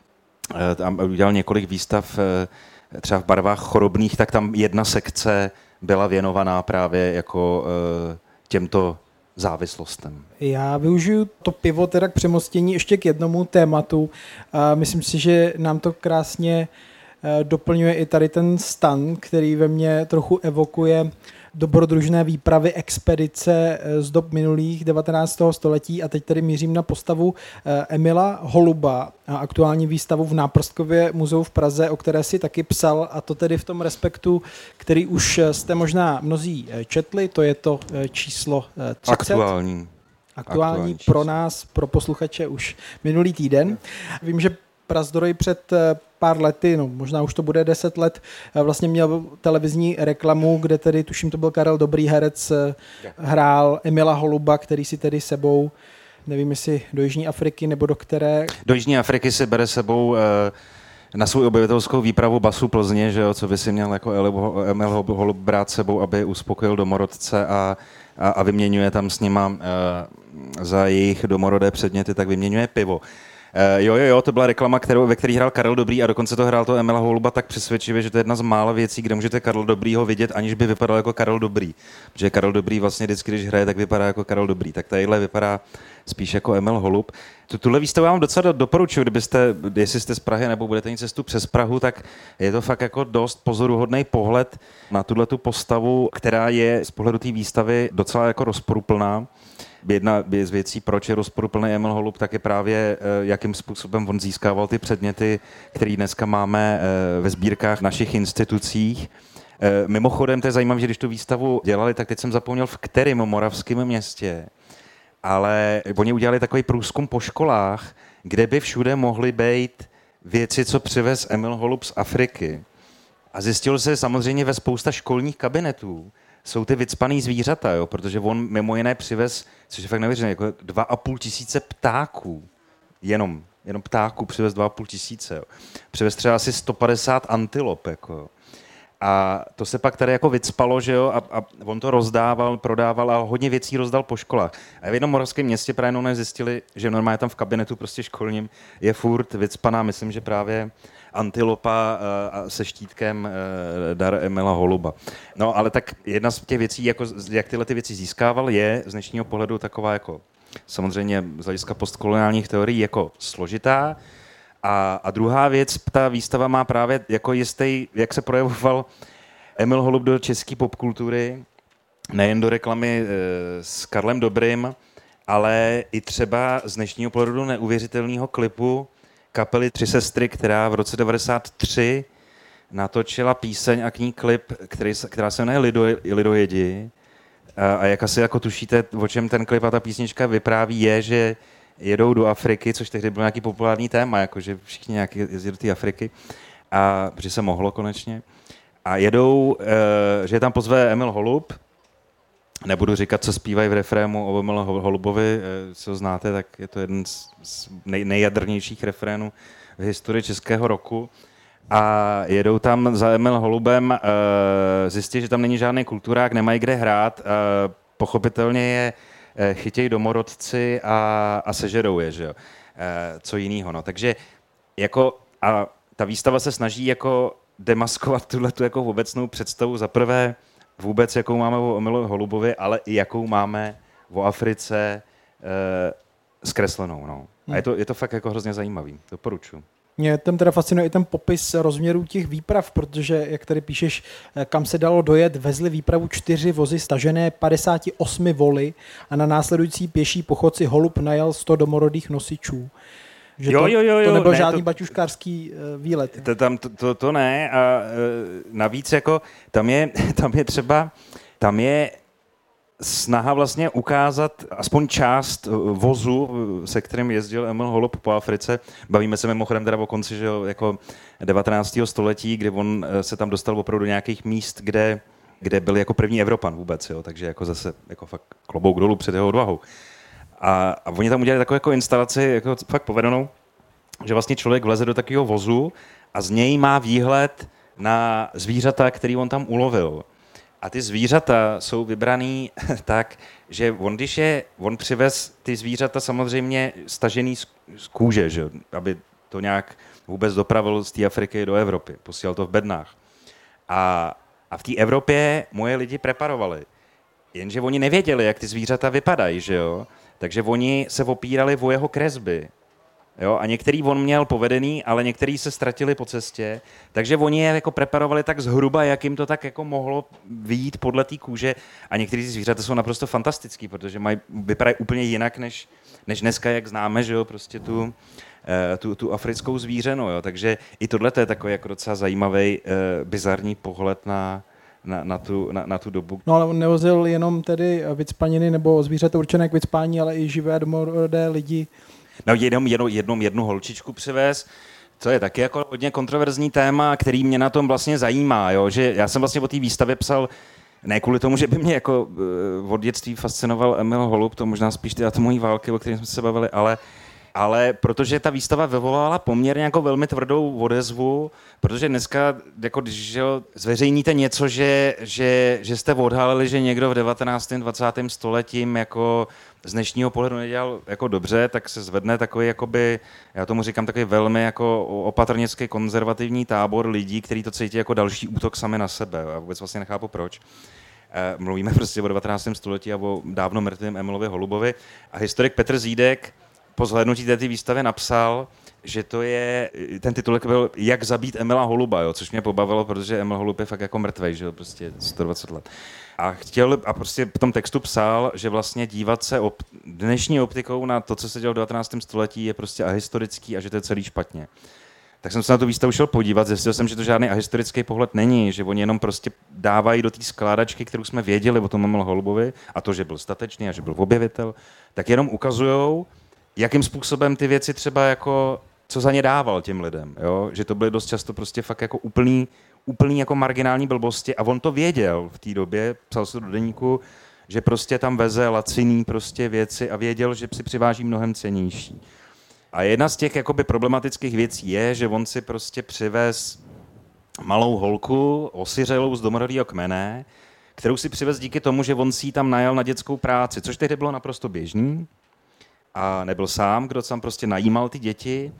Speaker 2: tam udělal několik výstav třeba v barvách chorobných, tak tam jedna sekce byla věnovaná právě jako těmto závislostem. Já
Speaker 1: využiju to pivo teda k přemostění ještě k jednomu tématu. Myslím si, že nám to krásně doplňuje i tady ten stan, který ve mně trochu evokuje dobrodružné výpravy, expedice z dob minulých 19. století a teď tady mířím na postavu Emila Holuba a aktuální výstavu v Náprstkově muzeu v Praze, o které si taky psal, a to tedy v tom respektu, který už jste možná mnozí četli, to je to číslo 30. Aktuální pro nás, pro posluchače už minulý týden. Vím, že Prazdroj před pár lety, no možná už to bude 10 let, vlastně měl televizní reklamu, kde tedy, tuším, to byl Karel Dobrý, herec, hrál Emila Holuba, který si tedy sebou, nevím, jestli do Jižní Afriky nebo do které...
Speaker 2: Do Jižní Afriky si bere sebou na svou objevitelskou výpravu Basu Plzně, že jo, co by si měl jako Emil Holub brát sebou, aby uspokojil domorodce a vyměňuje tam s nima za jejich domorodé předměty, tak vyměňuje pivo. Jo, to byla reklama, ve které hrál Karel Dobrý a dokonce to hrál to Emila Holuba tak přesvědčivě, že to je jedna z mála věcí, kde můžete Karel Dobrýho vidět, aniž by vypadal jako Karel Dobrý. Protože Karel Dobrý vlastně vždycky, když hraje, tak vypadá jako Karel Dobrý. Tak tadyhle vypadá spíš jako Emil Holub. Tuhle výstavu vám docela doporučuji, jestli jste z Prahy nebo budete mít cestu přes Prahu, tak je to fakt jako dost pozoruhodný pohled na tuhletu postavu, která je z pohledu té výstavy docela jako rozporuplná. Jedna z věcí, proč je rozporuplný Emil Holub, tak je právě, jakým způsobem on získával ty předměty, které dneska máme ve sbírkách našich institucích. Mimochodem, to je zajímavé, že když tu výstavu dělali, tak teď jsem zapomněl, v kterém moravském městě, ale oni udělali takový průzkum po školách, kde by všude mohly být věci, co přivez Emil Holub z Afriky. A zjistilo se samozřejmě ve spousta školních kabinetů, jsou ty vycpaný zvířata, jo, protože on mimo jiné přivez, což je fakt neuvěřitelné, jako 2,5 ptáků. Jenom ptáků přivez 2,5 jo. Přivez třeba asi 150 antilop, jako. A to se pak tady jako vycpalo, že jo, a on to rozdával, prodával a hodně věcí rozdal po školách. A v jednom moravském městě právě jenom zjistili, že normálně tam v kabinetu prostě školním je furt vycpaná, myslím, že právě antilopa se štítkem dar Emila Holuba. No, ale tak jedna z těch věcí, jako, jak tyhle ty věci získával, je z dnešního pohledu taková jako samozřejmě z hlediska postkoloniálních teorií jako složitá. A druhá věc, ta výstava má právě jako jistý, jak se projevoval Emil Holub do české popkultury, nejen do reklamy s Karlem Dobrým, ale i třeba z dnešního pohledu neuvěřitelného klipu kapely Tři sestry, která v roce 1993 natočila píseň a k ní klip, která se jmenuje Lidojedi. A jak asi jako tušíte, o čem ten klip a ta písnička vypráví, je, že jedou do Afriky, což tehdy bylo nějaký populární téma, jakože všichni nějaký jezdí do té Afriky, a protože se mohlo konečně. A jedou, že tam pozve Emil Holub, nebudu říkat, co zpívají v refrému o Emilu Holubovi, co znáte, tak je to jeden z nejjadrnějších refrénů v historii českého roku. A jedou tam za Emil Holubem, zjistí, že tam není žádný kulturák, nemají kde hrát, pochopitelně je chytějí domorodci a sežerou je, že jo. Co jinýho, no. Takže jako, a ta výstava se snaží jako demaskovat tuhletu jako obecnou představu za prvé vůbec, jakou máme o Emilu Holubovi, ale i jakou máme o Africe zkreslenou. No. A je to fakt jako hrozně zajímavý. Doporučuji.
Speaker 1: Mě tam teda fascinuje i ten popis rozměrů těch výprav, protože, jak tady píšeš, kam se dalo dojet, vezli výpravu 4 vozy stažené 58 voly a na následující pěší pochodci Holub najal 100 domorodých nosičů. Že to nebyl žádný baťuškářský výlet.
Speaker 2: To ne. A navíc jako tam je snaha vlastně ukázat aspoň část vozu, se kterým jezdil Emil Holub po Africe. Bavíme se mimochodem teda o konci, že jo, jako 19. století, kdy on se tam dostal opravdu do nějakých míst, kde byl jako první Evropan vůbec, jo, takže jako zase jako fakt klobouk dolů před jeho odvahou. A oni tam udělali takovou jako instalaci, jako fakt povedenou, že vlastně člověk vleze do takového vozu a z něj má výhled na zvířata, který on tam ulovil. A ty zvířata jsou vybraný tak, že on přivez ty zvířata samozřejmě stažený z kůže, že? Aby to nějak vůbec dopravil z té Afriky do Evropy. Posílal to v bednách. A v té Evropě moje lidi preparovali. Jenže oni nevěděli, jak ty zvířata vypadají, že jo? Takže oni se opírali o jeho kresby. Jo, a některý on měl povedený, ale některý se ztratili po cestě, takže oni je jako preparovali tak zhruba, jak jim to tak jako mohlo vyjít podle té kůže, a některý zvířata jsou naprosto fantastický, protože vypadají úplně jinak, než dneska, jak známe, že jo, prostě tu africkou zvířenu, jo, takže i tohle je takový jako docela zajímavý, bizarní pohled na tu dobu.
Speaker 1: No ale on nevozil jenom tedy vycpaniny nebo zvířata určené k vycpání, ale i živé domorodé lidi.
Speaker 2: No jednu holčičku přivez, to je taky jako hodně kontroverzní téma, který mě na tom vlastně zajímá, jo? Že já jsem vlastně o té výstavě psal ne kvůli tomu, že by mě jako od dětství fascinoval Emil Holub, to možná spíš ty atomové války, o kterých jsme se bavili, ale protože ta výstava vyvolala poměrně jako velmi tvrdou odezvu, protože dneska, jako když zveřejníte něco, že jste odhalili, že někdo v 19. 20. stoletím jako z dnešního pohledu nedělal jako dobře, tak se zvedne takový, jakoby, já tomu říkám, takový velmi jako opatrnický konzervativní tábor lidí, kteří to cítí jako další útok sami na sebe. Já vůbec vlastně nechápu proč. Mluvíme prostě o 19. století a o dávno mrtvém Emilovi Holubovi. A historik Petr Zídek po zhlédnutí této výstavy napsal, že to je, ten titulek byl Jak zabít Emila Holuba, jo, což mě pobavilo, protože Emil Holub je fakt jako mrtvej, že jo, prostě 120 let. A prostě v tom textu psal, že vlastně dívat se dnešní optikou na to, co se dělo v 19. století, je prostě ahistorický a že to je celý špatně. Tak jsem se na tu výstavu šel podívat, zjistil jsem, že to žádný ahistorický pohled není, že oni jenom prostě dávají do té skládačky, kterou jsme věděli o tom Emilu Holubovi, a to, že byl statečný a že byl objevitel, tak jenom ukazujou, jakým způsobem ty věci třeba jako, co za ně dával těm lidem, jo? Že to byly dost často prostě fakt jako úplný jako marginální blbosti, a on to věděl v té době, psal se do deníku, že prostě tam veze laciný prostě věci a věděl, že si přiváží mnohem cennější. A jedna z těch jakoby problematických věcí je, že on si prostě přivez malou holku osiřelou z domorodého kmene, kterou si přivez díky tomu, že on si ji tam najal na dětskou práci, což tehdy bylo naprosto běžný. A nebyl sám, kdo tam prostě najímal ty děti.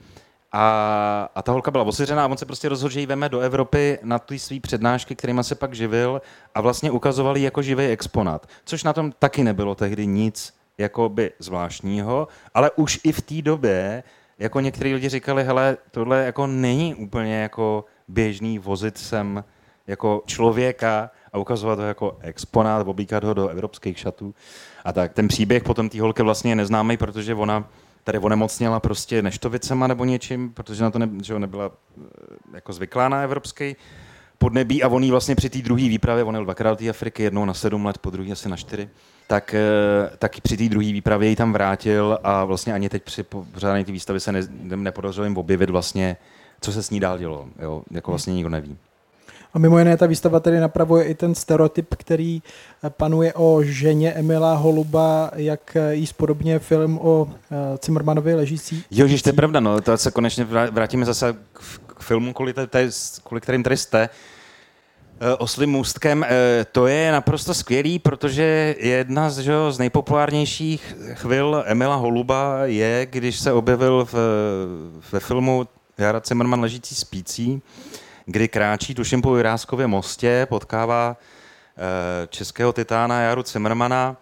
Speaker 2: A ta holka byla osiřená a on se prostě rozhodl, že ji veme do Evropy na ty svý přednášky, kterýma se pak živil, a vlastně ukazoval ji jako živý exponát. Což na tom taky nebylo tehdy nic jakoby zvláštního, ale už i v té době jako některý lidi říkali, hele, tohle jako není úplně jako běžný vozit sem jako člověka a ukazovat ho jako exponát, oblíkat ho do evropských šatů. A tak ten příběh potom té holky vlastně je neznámý, protože ona tady onemocněla prostě neštovicema nebo něčím, protože na to nebyla jako zvyklá na evropský podnebí, a on jí vlastně při té druhé výpravě, on jel dvakrát do té Afriky, jednou na 7 let, po druhé asi na 4, tak při té druhé výpravě ji tam vrátil a vlastně ani teď při pořádání té výstavy se nepodařilo jim objevit vlastně, co se s ní dál dělo. Jo? Jako vlastně nikdo neví.
Speaker 1: A mimo jiné ta výstava tedy napravuje i ten stereotyp, který panuje o ženě Emila Holuba, jak jí spodobně film o Cimrmanovi ležící.
Speaker 2: Jo, že to je pravda, no, to se konečně vrátíme zase k filmu, kvůli kterým tady jste. Oslím můstkem, to je naprosto skvělý, protože jedna z nejpopulárnějších chvil Emila Holuba je, když se objevil ve filmu Jara Cimrman ležící spící, kdy kráčí tuším po Jiráskově mostě, potkává českého titána Járu Cimrmana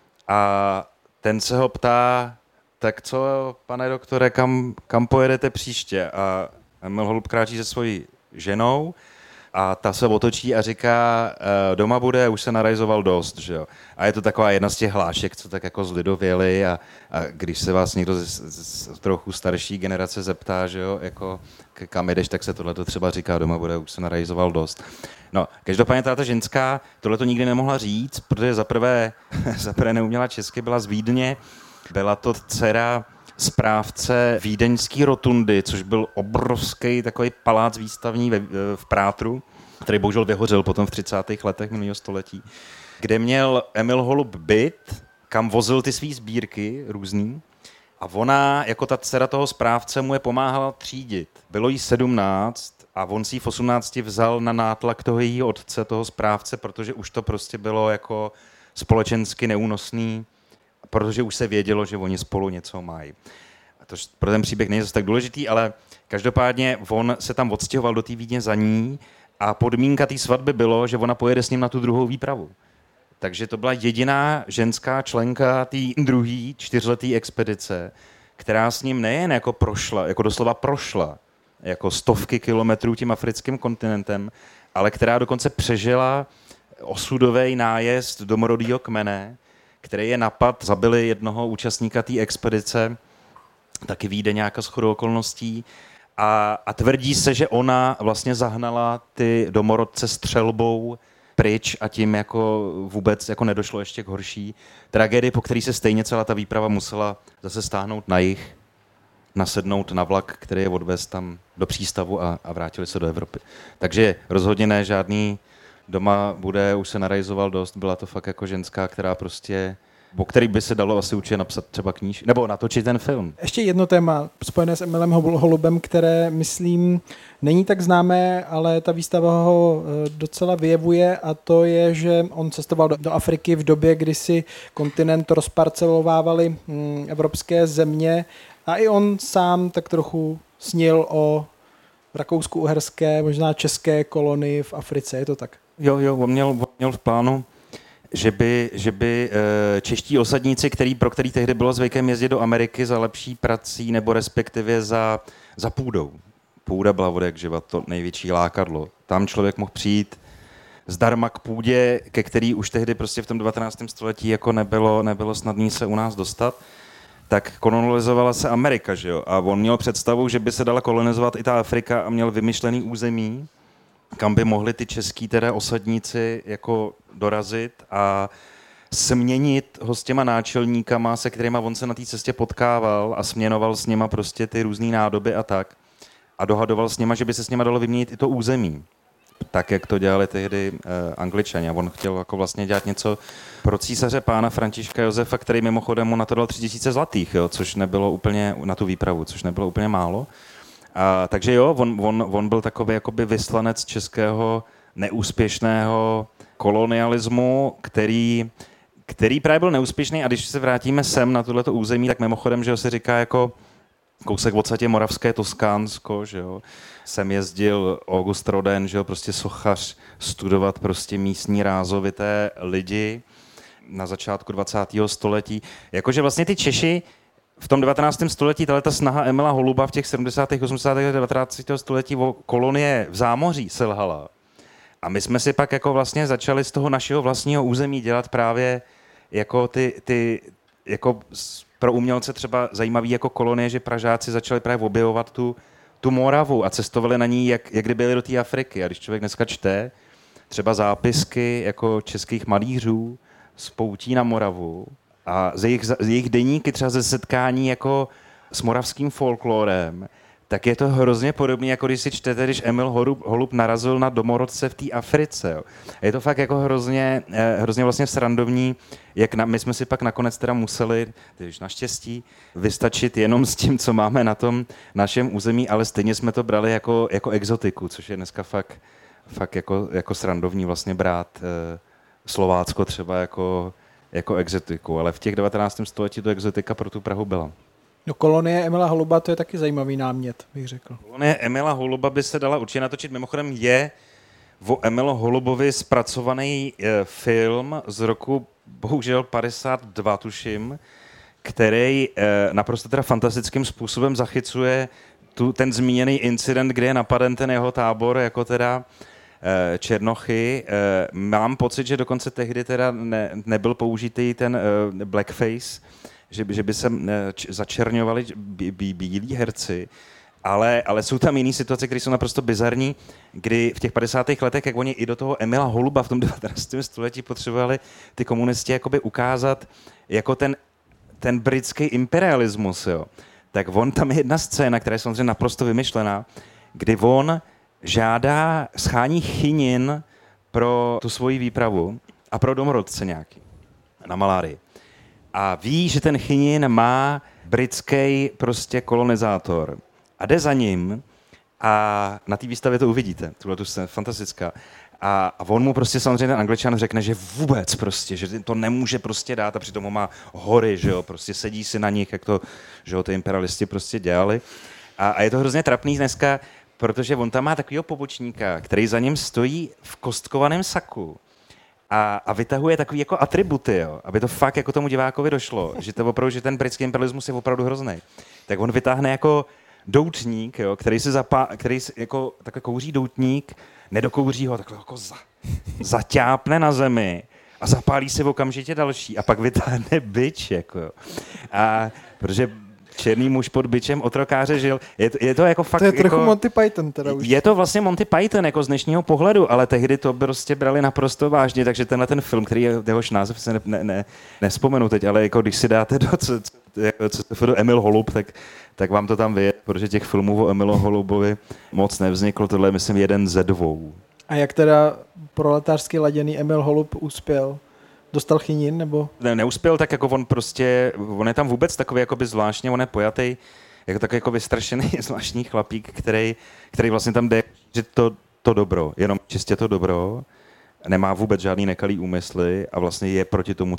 Speaker 2: a ten se ho ptá, tak co, pane doktore, kam pojedete příště? A Emil Holub kráčí se svojí ženou a ta se otočí a říká, doma bude, už se narajzoval dost, že jo. A je to taková jedna z těch hlášek, co tak jako zlidověli a když se vás někdo z trochu starší generace zeptá, že jo, jako kam jedeš, tak se tohleto třeba říká, doma bude, už se narajzoval dost. No, každopádně ta ženská tohleto nikdy nemohla říct, protože zaprvé neuměla česky, byla z Vídně, byla to dcera správce vídeňský rotundy, což byl obrovský takový palác výstavní v Prátru, který bohužel vyhořel potom v 30. letech minulého století, kde měl Emil Holub byt, kam vozil ty svý sbírky různý a ona, jako ta dcera toho správce, mu je pomáhala třídit. Bylo jí 17 a on si ji v 18 vzal na nátlak toho jejího otce, toho správce, protože už to prostě bylo jako společensky neúnosný, protože už se vědělo, že oni spolu něco mají. A to pro ten příběh není zase tak důležitý, ale každopádně on se tam odstěhoval do té Vídně za ní a podmínka té svatby bylo, že ona pojede s ním na tu druhou výpravu. Takže to byla jediná ženská členka té druhé 4leté expedice, která s ním nejen jako prošla, jako doslova prošla, jako stovky kilometrů tím africkým kontinentem, ale která dokonce přežila osudový nájezd domorodého kmene, který je napad, zabili jednoho účastníka té expedice, taky vyjde nějaká shodou okolností a tvrdí se, že ona vlastně zahnala ty domorodce střelbou pryč a tím jako vůbec jako nedošlo ještě k horší tragédii, po který se stejně celá ta výprava musela zase stáhnout na jih, nasednout na vlak, který je odvez tam do přístavu a vrátili se do Evropy. Takže rozhodně ne žádný doma bude, už se narajzoval dost, byla to fakt jako ženská, která prostě, o který by se dalo asi určitě napsat třeba knížku, nebo natočit ten film.
Speaker 1: Ještě jedno téma spojené s Emilem Holubem, které, myslím, není tak známé, ale ta výstava ho docela vyjevuje a to je, že on cestoval do Afriky v době, kdy si kontinent rozparcelovávali evropské země a i on sám tak trochu snil o rakousku-uherské, možná české kolonii v Africe, je to tak?
Speaker 2: Jo, on měl v plánu, že by čeští osadníci, pro který tehdy bylo zvykem jezdit do Ameriky za lepší prací nebo respektive za půdou. Půda byla odek živa to největší lákadlo. Tam člověk mohl přijít zdarma k půdě, ke který už tehdy prostě v tom 19. století jako nebylo snadný se u nás dostat. Tak kolonizovala se Amerika, že jo? A on měl představu, že by se dala kolonizovat i ta Afrika a měl vymyšlený území, kam by mohli ty český teda osadníci jako dorazit a směnit ho s těma náčelníkama, se kterýma on se na té cestě potkával a směnoval s nima prostě ty různý nádoby a tak. A dohadoval s nima, že by se s nima dalo vyměnit i to území. Tak, jak to dělali tehdy Angličani. A on chtěl jako vlastně dělat něco pro císaře pána Františka Josefa, který mimochodem mu na to dal 3000 zlatých, jo, což nebylo úplně na tu výpravu, což nebylo úplně málo. Takže jo, on byl takový jakoby vyslanec českého neúspěšného kolonialismu, který právě byl neúspěšný a když se vrátíme sem na tohleto území, tak mimochodem, že se říká jako kousek v podstatě moravské Toskánsko, že jo. Sem jezdil August Rodin, že jo, prostě sochař, studovat prostě místní rázovité lidi na začátku 20. století. Jakože vlastně ty Češi v tom 19. století, tato snaha Emila Holuba v těch 70. 80. 19. století o kolonie v zámoří selhala. A my jsme si pak jako vlastně začali z toho našeho vlastního území dělat právě jako ty jako pro umělce třeba zajímavý jako kolonie, že Pražáci začali právě objevovat tu Moravu a cestovali na ní, jak kdyby byli do té Afriky. A když člověk dneska čte třeba zápisky jako českých malířů z poutí na Moravu a z jejich deníky třeba ze setkání jako s moravským folklorem, tak je to hrozně podobné, jako když si čtete, když Emil Holub narazil na domorodce v té Africe. Jo. Je to fakt jako hrozně vlastně srandovní, jak my jsme si pak nakonec teda museli, když naštěstí, vystačit jenom s tím, co máme na tom našem území, ale stejně jsme to brali jako exotiku, což je dneska fakt jako srandovní vlastně brát Slovácko třeba jako exotiku, ale v těch 19. století to exotika pro tu Prahu byla.
Speaker 1: No kolonie Emila Holuba, to je taky zajímavý námět, bych řekl.
Speaker 2: Kolonie Emila Holuba by se dala určitě natočit. Mimochodem o Emilo Holubovi zpracovaný film z roku, bohužel 52, tuším, který naprosto teda fantastickým způsobem zachycuje ten zmíněný incident, kde je napaden ten jeho tábor, jako teda Černochy. Mám pocit, že dokonce tehdy teda nebyl použitý ten blackface, že by se začerňovali bílí herci, ale jsou tam jiné situace, které jsou naprosto bizarní, kdy v těch 50. letech, jak oni i do toho Emila Holuba v tom 19. století potřebovali ty komunisti jakoby ukázat jako ten britský imperialismus, jo. Tak on tam je jedna scéna, která je samozřejmě naprosto vymyšlená, kdy on schání chynin pro tu svoji výpravu a pro domorodce nějaký na malárii. A ví, že ten chynin má britský prostě kolonizátor. A jde za ním a na té výstavě to uvidíte. Tuhle tu scénu, fantastická. A on mu prostě samozřejmě ten Angličan řekne, že vůbec prostě, že to nemůže prostě dát a přitom ho má hory, že jo, prostě sedí si na nich, jak to, že jo, ty imperialisti prostě dělali. A je to hrozně trapný dneska, protože on tam má takovýho pobočníka, který za ním stojí v kostkovaném saku a vytahuje takový jako atributy, jo, aby to fakt jako tomu divákovi došlo, že to opravdu, že ten britský imperialismus je opravdu hrozný. Tak on vytáhne jako doutník, jo, který jako takhle kouří doutník, nedokouří ho, takhle jako zaťápne na zemi a zapálí si okamžitě další a pak vytáhne bič, jako jo. A protože černý muž pod bičem otrokáře žil. Je to jako fakt...
Speaker 1: To je trochu
Speaker 2: jako,
Speaker 1: Monty Python teda už.
Speaker 2: Je to vlastně Monty Python jako z dnešního pohledu, ale tehdy to prostě brali naprosto vážně, takže tenhle ten film, který jehož název se nespomenu teď, ale jako když si dáte do Emil Holub, tak vám to tam vyje, protože těch filmů o Emilu Holubovi moc nevzniklo, tohle je myslím jeden ze dvou.
Speaker 1: A jak teda proletářsky laděný Emil Holub uspěl? Dostal chynin, nebo?
Speaker 2: Neuspěl, tak jako on je tam vůbec takový jakoby zvláštně, on je pojatý, jako takový jako vystrašený zvláštní chlapík, který vlastně tam jde, že to dobro, jenom čistě to dobro, nemá vůbec žádný nekalý úmysly a vlastně je proti tomu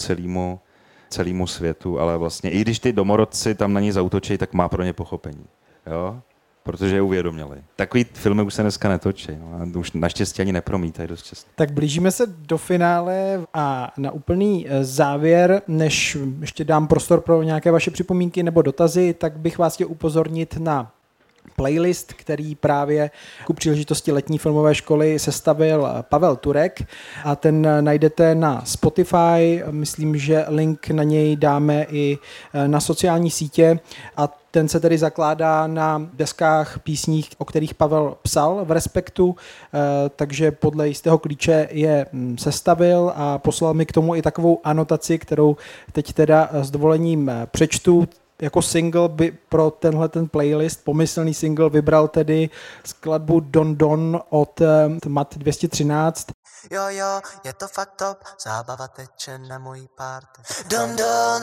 Speaker 2: celému světu, ale vlastně i když ty domorodci tam na ní zaútočí, tak má pro ně pochopení, jo? Protože je uvědoměli. Takový filmy už se dneska netočí, no, a už naštěstí ani nepromítají dost často.
Speaker 1: Tak blížíme se do finále a na úplný závěr, než ještě dám prostor pro nějaké vaše připomínky nebo dotazy, tak bych vás chtěl upozornit na playlist, který právě ku příležitosti letní filmové školy sestavil Pavel Turek a ten najdete na Spotify, myslím, že link na něj dáme i na sociální sítě a ten se tedy zakládá na deskách písních, o kterých Pavel psal v Respektu, takže podle jistého klíče je sestavil a poslal mi k tomu i takovou anotaci, kterou teď teda s dovolením přečtu. Jako single by pro ten playlist, pomyslný single, vybral tedy skladbu Don Don od Mat 213.
Speaker 3: Jo, je to fakt top, zábava teče na mojí party. Don Don,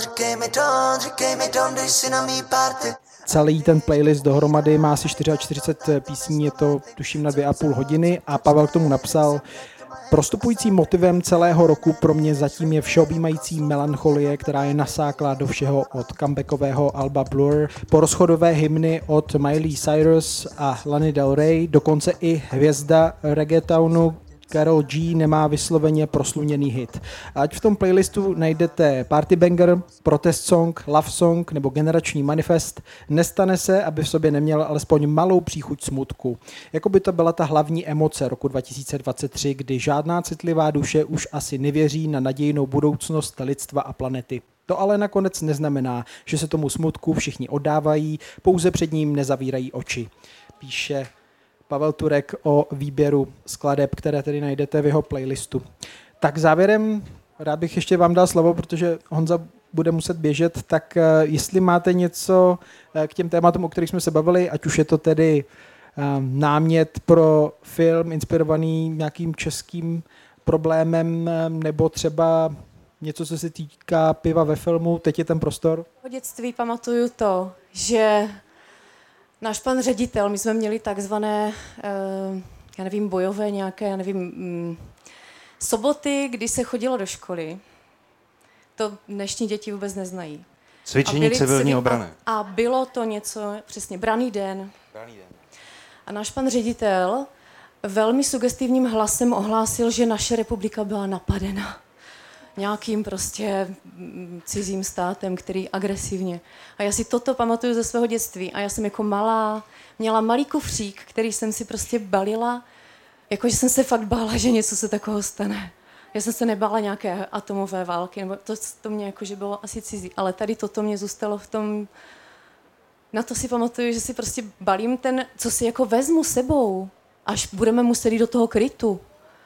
Speaker 3: říkej mi Don, když si na mý party.
Speaker 1: Celý ten playlist dohromady má asi 44 písní, je to tuším na 2,5 hodiny a Pavel k tomu napsal: prostupujícím motivem celého roku pro mě zatím je všeobjímající melancholie, která je nasáklá do všeho od comebackového alba Blur, po rozchodové hymny od Miley Cyrus a Lany Del Rey, dokonce i hvězda reggaetonu Karol G nemá vysloveně prosluněný hit. Ať v tom playlistu najdete Party Banger, Protest Song, Love Song nebo Generační manifest, nestane se, aby v sobě neměl alespoň malou příchuť smutku. Jako by to byla ta hlavní emoce roku 2023, kdy žádná citlivá duše už asi nevěří na nadějnou budoucnost lidstva a planety. To ale nakonec neznamená, že se tomu smutku všichni oddávají, pouze před ním nezavírají oči. Píše Pavel Turek o výběru skladeb, které tedy najdete v jeho playlistu. Tak závěrem rád bych ještě vám dal slovo, protože Honza bude muset běžet, tak jestli máte něco k těm tématům, o kterých jsme se bavili, ať už je to tedy námět pro film inspirovaný nějakým českým problémem, nebo třeba něco, co se týká piva ve filmu, teď je ten prostor.
Speaker 4: V dětství pamatuju to, že náš pan ředitel, my jsme měli takzvané, bojové nějaké, soboty, kdy se chodilo do školy. To dnešní děti vůbec neznají.
Speaker 2: Cvičení civilní obrany.
Speaker 4: A bylo to něco, přesně, branný den. A náš pan ředitel velmi sugestivním hlasem ohlásil, že naše republika byla napadena nějakým prostě cizím státem, který agresivně. A já si toto pamatuju ze svého dětství. A já jsem jako malá, měla malý kufřík, který jsem si prostě balila, jakože jsem se fakt bála, že něco se takového stane. Já jsem se nebála nějaké atomové války, nebo to mě jakože bylo asi cizí. Ale tady toto mě zůstalo v tom, na to si pamatuju, že si prostě balím ten, co si jako vezmu sebou, až budeme muset jít do toho krytu.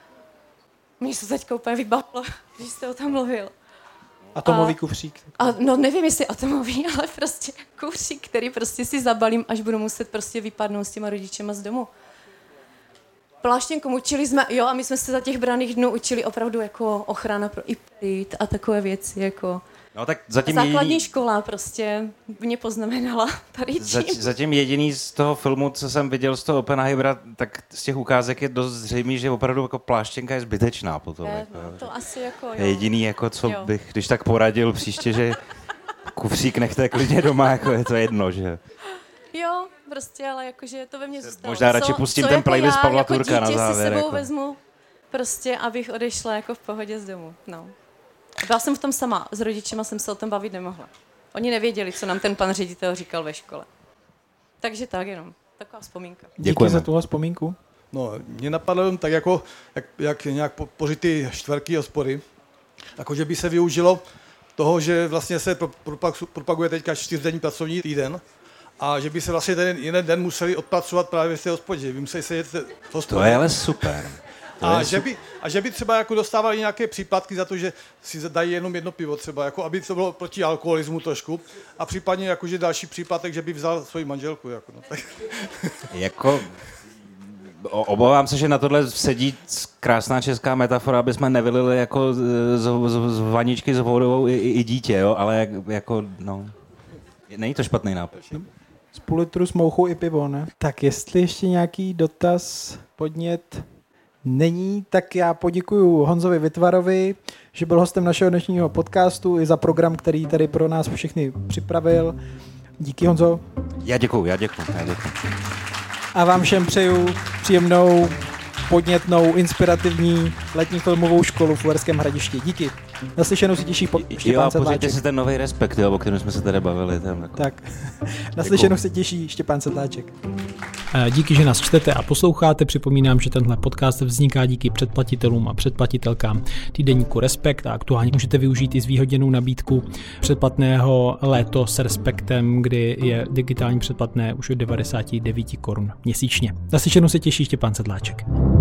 Speaker 4: Mně se teďka úplně vybavilo, že jste o tom mluvil.
Speaker 1: Atomový kufřík.
Speaker 4: No nevím, jestli atomový, ale prostě kufřík, který prostě si zabalím, až budu muset prostě vypadnout s těma rodičema z domu. Pláštěnkom učili jsme, jo, a my jsme se za těch branných dnů učili opravdu jako ochrana pro IPRIT a takové věci, jako...
Speaker 2: No, tak
Speaker 4: základní škola prostě mě poznamenala tady tím.
Speaker 2: Zatím jediný z toho filmu, co jsem viděl z toho Oppenheimera, tak z těch ukázek je dost zřejmý, že opravdu jako pláštěnka je zbytečná potom.
Speaker 4: To asi jako jo.
Speaker 2: Jediný, jako co bych, když tak poradil příště, že kufřík nechte klidně doma, jako je to jedno, že...
Speaker 4: Jo, prostě, ale jakože to ve mně zůstalo.
Speaker 2: Možná radši pustím ten playlist Pavla Turka na závěr.
Speaker 4: Si sebou
Speaker 2: jako.
Speaker 4: vezmu prostě, abych odešla jako v pohodě z domu. No. Byla jsem v tom sama, s rodičema jsem se o tom bavit nemohla. Oni nevěděli, co nám ten pan ředitel říkal ve škole. Takže tak jenom, taková vzpomínka.
Speaker 1: Díky za tuhle vzpomínku.
Speaker 5: No, mě napadlo jenom tak, jako, jak nějak pořit ty čtvrky hospody, jakože by se využilo toho, že vlastně se propaguje teďka 4denní pracovní týden a že by se vlastně ten jeden den museli odpracovat právě v té hospodě, že by museli sedět v hospodě.
Speaker 2: To je ale super.
Speaker 5: A že by třeba jako dostávali nějaké příplatky za to, že si dají jenom jedno pivo třeba, jako aby to bylo proti alkoholismu trošku a případně jakože další příplatek, že by vzal svoji manželku. Jako, no.
Speaker 2: Jako... Obávám se, že na tohle sedí krásná česká metafora, aby jsme nevylili jako z vaničky s vodou i dítě, jo? Ale jako, no, není to špatný nápad.
Speaker 1: Z půl litru s mouchou i pivo, ne? Tak jestli ještě nějaký dotaz, podnět není, tak já poděkuju Honzovi Vytvarovi, že byl hostem našeho dnešního podcastu i za program, který tady pro nás všechny připravil. Díky, Honzo.
Speaker 2: Já děkuju.
Speaker 1: A vám všem přeju příjemnou, podnětnou, inspirativní letní filmovou školu v Uherském Hradišti. Díky. Naslyšenou si těší Štěpán Sedláček.
Speaker 2: Pořiďte si ten nový Respekt, jo, o kterém jsme se tady bavili.
Speaker 1: Tak. Naslyšenou se těší Štěpán Sedláček.
Speaker 6: Díky, že nás čtete a posloucháte. Připomínám, že tenhle podcast vzniká díky předplatitelům a předplatitelkám týdeníku Respekt a aktuálně můžete využít i zvýhodněnou nabídku předplatného Léto s Respektem, kdy je digitální předplatné už od 99 korun měsíčně. Naslyšenou se těší Štěpán Sedláček.